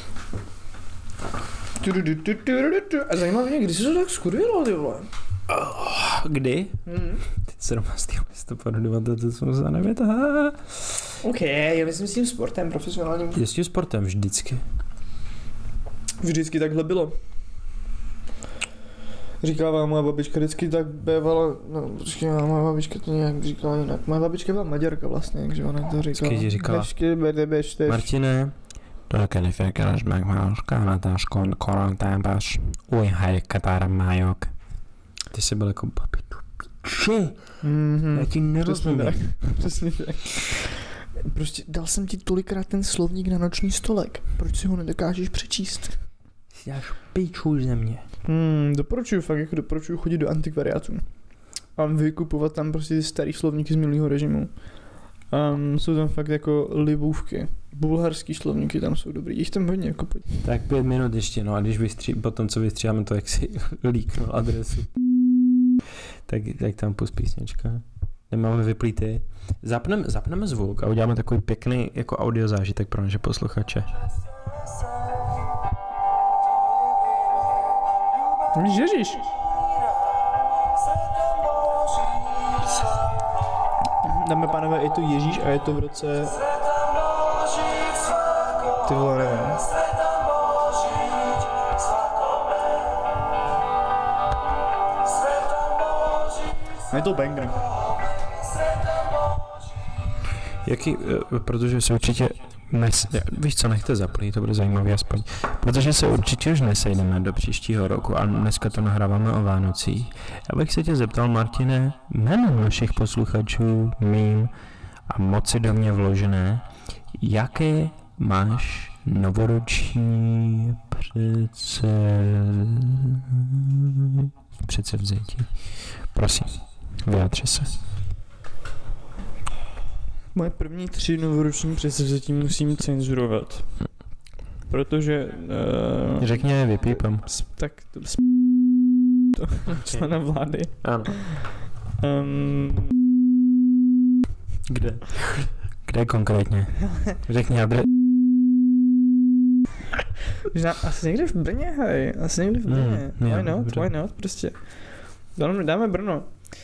A zajímavé mě, kdy se to tak skurvilo, ty vole? Kdy? Hmm. sedmnáctého listopadu devatenáct set osmdesát devět. OK, já myslím s tím sportem profesionálním. Je s tím sportem vždycky. Vždycky takhle bylo. Říkává moja babička, vždycky tak bývala, no počkej, moja babička to nějak říkala jinak. Moja babička byla Maďarka vlastně, takže ona to říkala. Vždycky ti říkala. Vždycky bede bešteš. Martine, tökéletes megválaskálatás korontábás új helykatáramájok. Ty jsi byl jako babi, tu piči, Mhm. já ti Přesně nerozumím. tak, přesně tak. Prostě dal jsem ti tolikrát ten slovník na noční stolek. Proč si ho nedokážeš přečíst? Jsi až píču ze mě. Hmm, doporučuju, fakt jako doporučuju chodit do antikvariátu. A vykupovat tam prostě ty starý slovníky z minulého režimu. Um, jsou tam fakt jako libůvky. Bulharský slovníky tam jsou dobrý, jich tam hodně jako pojď. Tak pět minut ještě, no a když vystří, potom co vystříháme to, jak si líknul adresu, tak, tak tam pust písnička. Nemáme vyplýty. Zapneme, zapneme zvuk a uděláme takový pěkný jako audio zážitek pro naše posluchače. Ježíš. Dáme pánové, je to Ježíš a je to v roce... Ty vole, nevím. Je to banger. Jaký, eh, protože se určitě nes, víš co, nechte zaplý, to bude zajímavý aspoň, protože se určitě už nesejdeme do příštího roku a dneska to nahráváme o Vánocích. Já bych se tě zeptal, Martine, jménem našich posluchačů, mým a moci do mě vložené, jaké máš novoroční přece... předsevzetí? Prosím, vyjádři se. Moje první tři novoroční předsevzetí musím cenzurovat. Protože... Uh, Řekni je, vypípem. tak to... to člena vlády. Ano. Um, Kde? Kde konkrétně? Řekni adres. Možná asi někde v Brně, hej, asi někde v Brně. Mm, why jo, not, dobře. why not, prostě. Dáme, dáme Brno.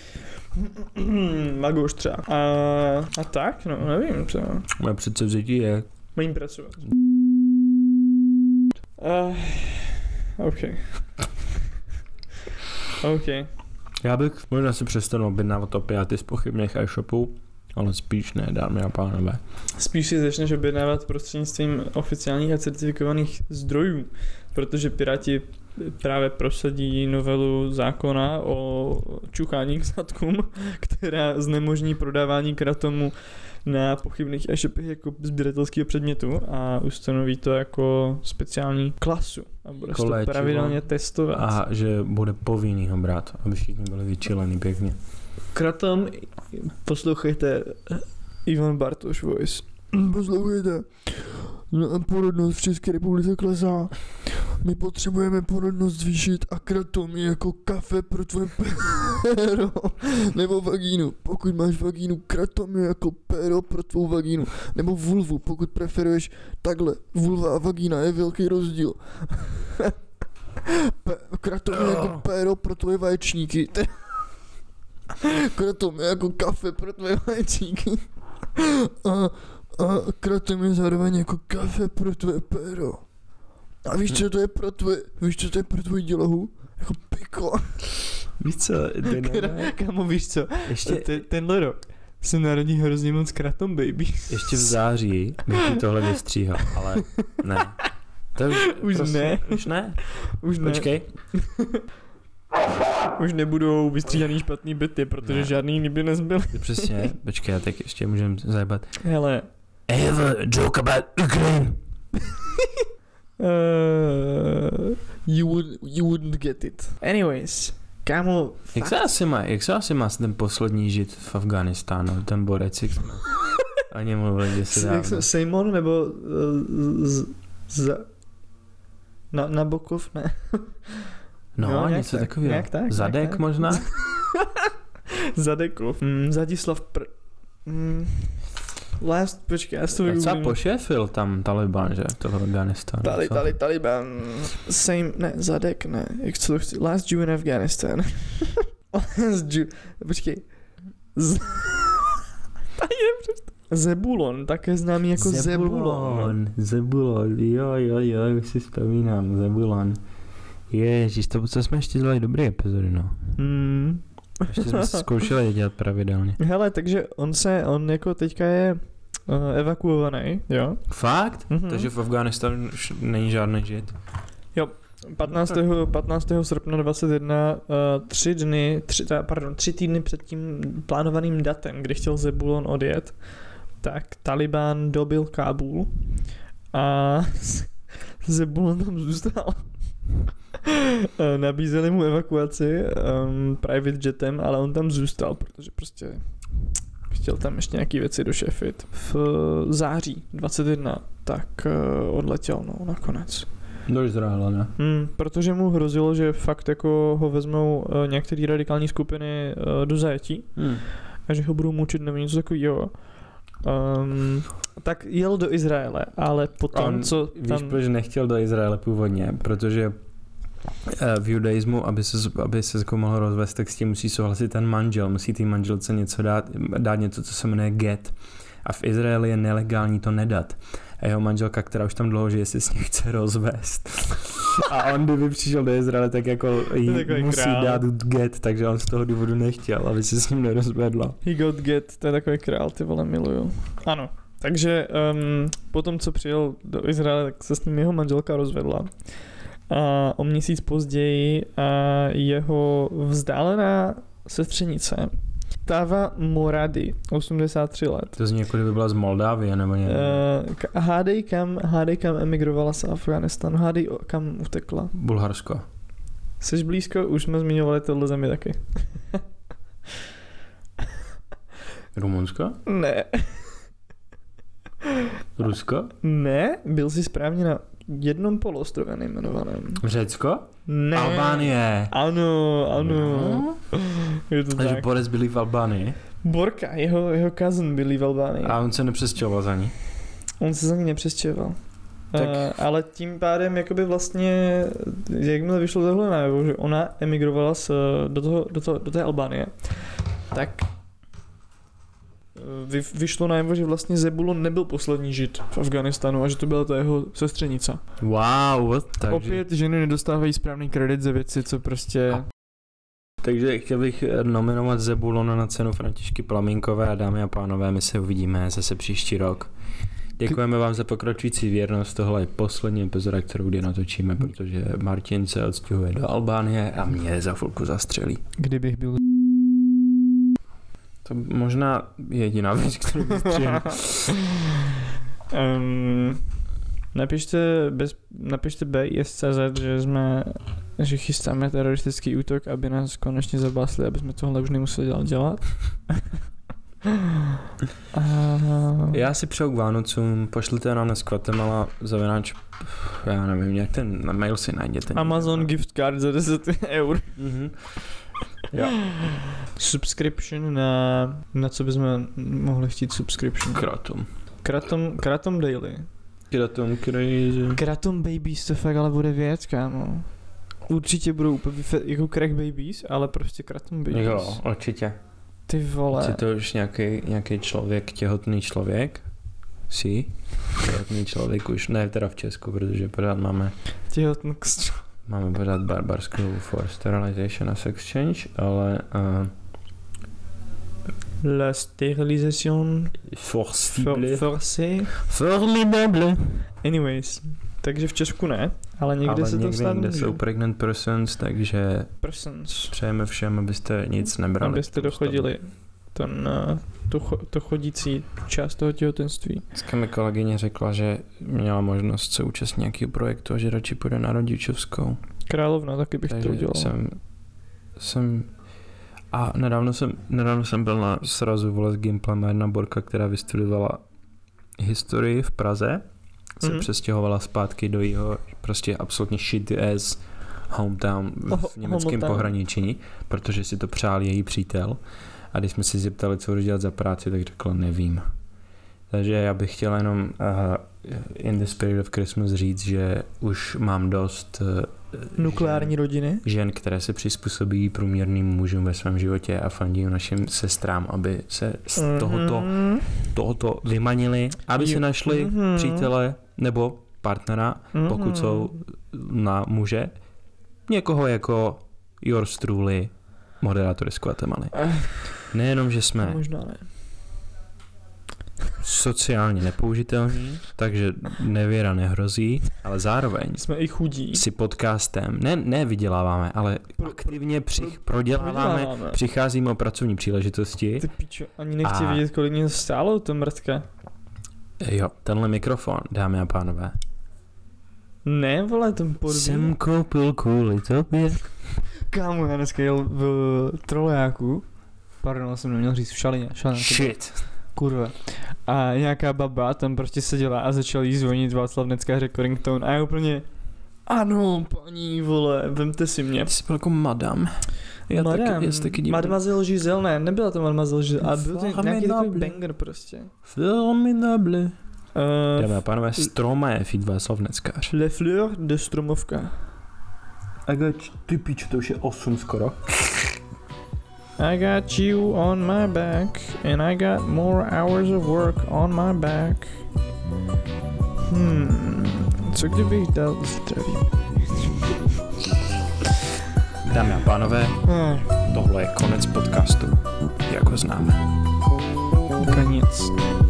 Magoš třeba. A, a tak, no, nevím, co. Moje předsevzetí je... Mým pracovat. Uh, OK. OK. Já bych možná si přestanu objednávat opiáty z pochybných e-shopů, ale spíš ne, dámy a pánové. Spíš si začneš objednávat prostřednictvím oficiálních a certifikovaných zdrojů, protože Piráti právě prosadí novelu zákona o čuchání k zadkům, která znemožní prodávání kratomu na pochybných e-shopech jako sběratelského předmětu a ustanoví to jako speciální klasu a bude se to léčivo. pravidelně testovat. A že bude povinný ho brát, aby všichni byli vyčilený pěkně. Kratom, poslouchejte Ivan Bartoš voice. Poslouchejte, no, porodnost v České republice klesá. My potřebujeme porodnost zvýšit a kratom je jako kafe pro tvoje péro nebo vagínu. Pokud máš vagínu, kratom je jako péro pro tvou vagínu. Nebo vulvu, pokud preferuješ takhle. Vulva a vagína je velký rozdíl. P- kratom je jako péro pro tvoje vaječníky. Kratom je jako kafe pro tvoje vaječníky. A, a kratom je zároveň jako kafe pro tvoje péro. A víš, co to je pro tvoje, víš, co to je pro tvoji dělohu? Jako piko. Víš co, ty ne, Kámo, víš co? ještě, Ten, tenhle rok se narodí hrozně moc kratom baby. ještě v září bych ti tohle vystříhal, ale ne. To už, Už prosím, ne. Už ne. Už ne. Počkej. Už nebudou vystříhaný špatný byty, protože Ne. žádný nikdy nezbyl. Přesně, počkej, tak ještě můžeme zajebat. Hele. I have a joke about Ukraine. Uh, you, would, you wouldn't get it. Anyways, kámo, Jak se asi má, jak se asi má ten poslední žid v Afghánistánu, ten borec, jak jsme o něm mluvili kdysi jak dávno. se, Sejmon nebo uh, z, z, na, Nabokov, ne? No, Jo, nějak něco tak, takového. nějak tak, Zadek nějak tak. možná? Zadekov. Mm, Zadislav pr... Mm, last, počkej, já si to Jak třeba vygooglím. pošefil tam Taliban, že? Toho Afghánistánu. Tali, co? tali, Taliban. Same, ne, Zadek, ne. Jak co to chci? Last Jew in Afghanistan. Last Jew. Počkej. Z... Tady je přesto. Zebulon, také známý jako Zebulon. Zebulon. Zebulon, jo, jo, jo, už si vzpomínám, Zebulon. Ježiš, to, to jsme ještě dělali dobré epizody, no. Mm. Ještě jsme se zkoušeli dělat pravidelně. Hele, takže on se, on jako teďka je uh, evakuovaný, jo? Fakt? Mhm. Takže v Afghánistánu už není žádný žid. patnáctého patnáctého srpna dvacet jedna, uh, tři dny, tři, ta, pardon, tři týdny před tím plánovaným datem, kdy chtěl Zebulon odjet, tak Taliban dobil Kábul a Zebulon tam zůstal. Nabízeli mu evakuaci um, private jetem, ale on tam zůstal, protože prostě chtěl tam ještě nějaký věci došefit. V září dvacet jedna tak uh, odletěl, no, nakonec. Do Izraela, ne? Hmm, protože mu hrozilo, že fakt jako ho vezmou uh, některé radikální skupiny uh, do zajetí Hmm. a že ho budou mučit nebo něco takového. Um, tak jel do Izraele, ale potom, On, co víš, tam... proč nechtěl do Izraele původně? Protože eh, v judaismu, aby se, aby se jako mohl rozvést, tak s tím musí souhlasit ten manžel. Musí té manželce něco dát, dát něco, co se jmenuje get. A v Izraeli je nelegální to nedat. A jeho manželka, která už tam dlouho žije, si s ním chce rozvést. A on, kdyby přišel do Izraele, tak jako jí musí král. dát get, takže on z toho důvodu nechtěl, aby se s ním nerozvedla. He got get, to je takový král, ty vole, miluju. Ano, takže um, potom, co přijel do Izraele, tak se s ním jeho manželka rozvedla. A o měsíc později a jeho vzdálená sestřenice Tava Morady, osmdesát tři let. To zní jako kdyby byla z Moldávie, nebo někde. Uh, k- hádej kam, hádej kam emigrovala z Afghánistánu, hádej o- kam utekla. Bulharsko. Jseš blízko, už jsme zmiňovali tohle zemi taky. Rumunsko? Ne. Rusko? Ne, byl jsi správně na jednom poloostrově nejmenovaném. Řecko? Ne. Albánie. Ano, ano. No. Je to Takže tak. Boris byli v Albánii. Borka, jeho, jeho cousin byli v Albánii. A on se nepřestěhoval za ní. On se za ní nepřestěhoval. Tak- Uh, ale tím pádem jakoby vlastně, jakmile vyšlo tohle najevo, že ona emigrovala z, do, toho, do, toho, do té Albánie, tak vy, vyšlo najevo, že vlastně Zebulon nebyl poslední žid v Afghánistánu a že to byla ta jeho sestřenice. Wow, takže, Opět ženy nedostávají správný kredit za věci, co prostě... takže chtěl bych nominovat Zebulona na cenu Františky Plamínkové a dámy a pánové, my se uvidíme zase příští rok. Děkujeme vám za pokračující věrnost, tohle je poslední epizoda, kterou kdy natočíme, protože Martin se odstěhuje do Albánie a mě za chvilku zastřelí. Kdybych byl... To možná jediná věc, kterou bych přijel. um, napište, bez, napište B I S C Z, že jsme, že chystáme teroristický útok, aby nás konečně zabásli, aby jsme tohle už nemuseli dělat. dělat. A... Já si přeju k Vánocům, pošlete nám na Guatemala zavináč, já nevím, nějak ten na mail si najděte. Amazon gift card za deset eur. Mhm. Jo. Subscription na, na co bychom mohli chtít subscription? Kratom. Kratom, Kratom Daily. Kratom crazy. Kratom Babies, to fakt ale bude věc, kámo. určitě budou úplně vyfe- jako crack babies, ale prostě kratom babies. Jo, určitě. Ty vole. Je to už nějaký, nějaký člověk, těhotný člověk? Si? Těhotný člověk už, ne teda v Česku, protože pořád máme Těhotnost. máme pořád barbarskou for sterilization a sex change, ale uh, La stérilisation forcible. forcée. Formidable. Anyways, takže v Česku ne, ale někde ale se to někde stát jinde může. jsou pregnant persons, takže Persons. přejeme všem, abyste nic nebrali. Abyste dochodili ten, uh, to, cho- to chodící část toho těhotenství. Dneska mi kolegyně řekla, že měla možnost se účastnit nějakého projektu a že radši půjde na rodičovskou. Královna taky bych Takže to udělal. jsem, jsem a nedávno jsem, nedávno jsem byl na srazu vole s Gimplem a jedna borka, která vystudovala historii v Praze, se Mhm. přestěhovala zpátky do jeho prostě absolutně shitty ass hometown Oh, v německém hometown. pohraničí, protože si to přál její přítel. A když jsme si zeptali, co budeš dělat za práci, tak řekla, nevím. Takže já bych chtěl jenom uh, in the spirit of Christmas říct, že už mám dost uh, Nukleární žen, rodiny. žen, které se přizpůsobí průměrným mužům ve svém životě a fandí našim sestrám, aby se z tohoto, Mhm. tohoto vymanili, aby si Jo. našli Mhm. přítele nebo partnera, pokud Mhm. jsou na muže, někoho jako yours truly, moderátory z Guatemaly. Nejenom, že jsme Možná ne. sociálně nepoužitelní, takže nevěra nehrozí, ale zároveň Jsme i chudí. si podcastem ne, ne vyděláváme, ale Pro- aktivně při, pro- proděláváme, proděláváme. přicházíme o pracovní příležitosti. Ty pičo, ani nechci A- vědět, kolik mě stálo to mrtka. Jo, tenhle mikrofon, dámy a pánové. Ne, vole, ten podbíl. Jsem koupil kvůli tobě. Kámo, já dneska jel v trolejáku. Pardon, já jsem neměl říct v šalině. šalině to bylo- Shit. Kurva. A nějaká baba tam prostě seděla a začal jí zvonit Václav Necka, řekl ringtone a já úplně ano, paní, vole, vemte si mě. Ty jsi byl jako madam. Já Madame, taky, já si taky dívám. Mademoiselle Giselle, ne, nebyla to Mademoiselle Giselle, ale byl to nějaký takový Formidable. banger prostě. Formidable. Uh, Dámy a pánové, Stroma je feed Václav Neckář. Le Fleur de Stromovka. A got, ty pič, to už je osm skoro. I got you on my back and I got more hours of work on my back. Hmm, co kdybych dal zdraví? Dámy a pánové, Hmm, tohle je konec podcastu, jak ho známe. konec.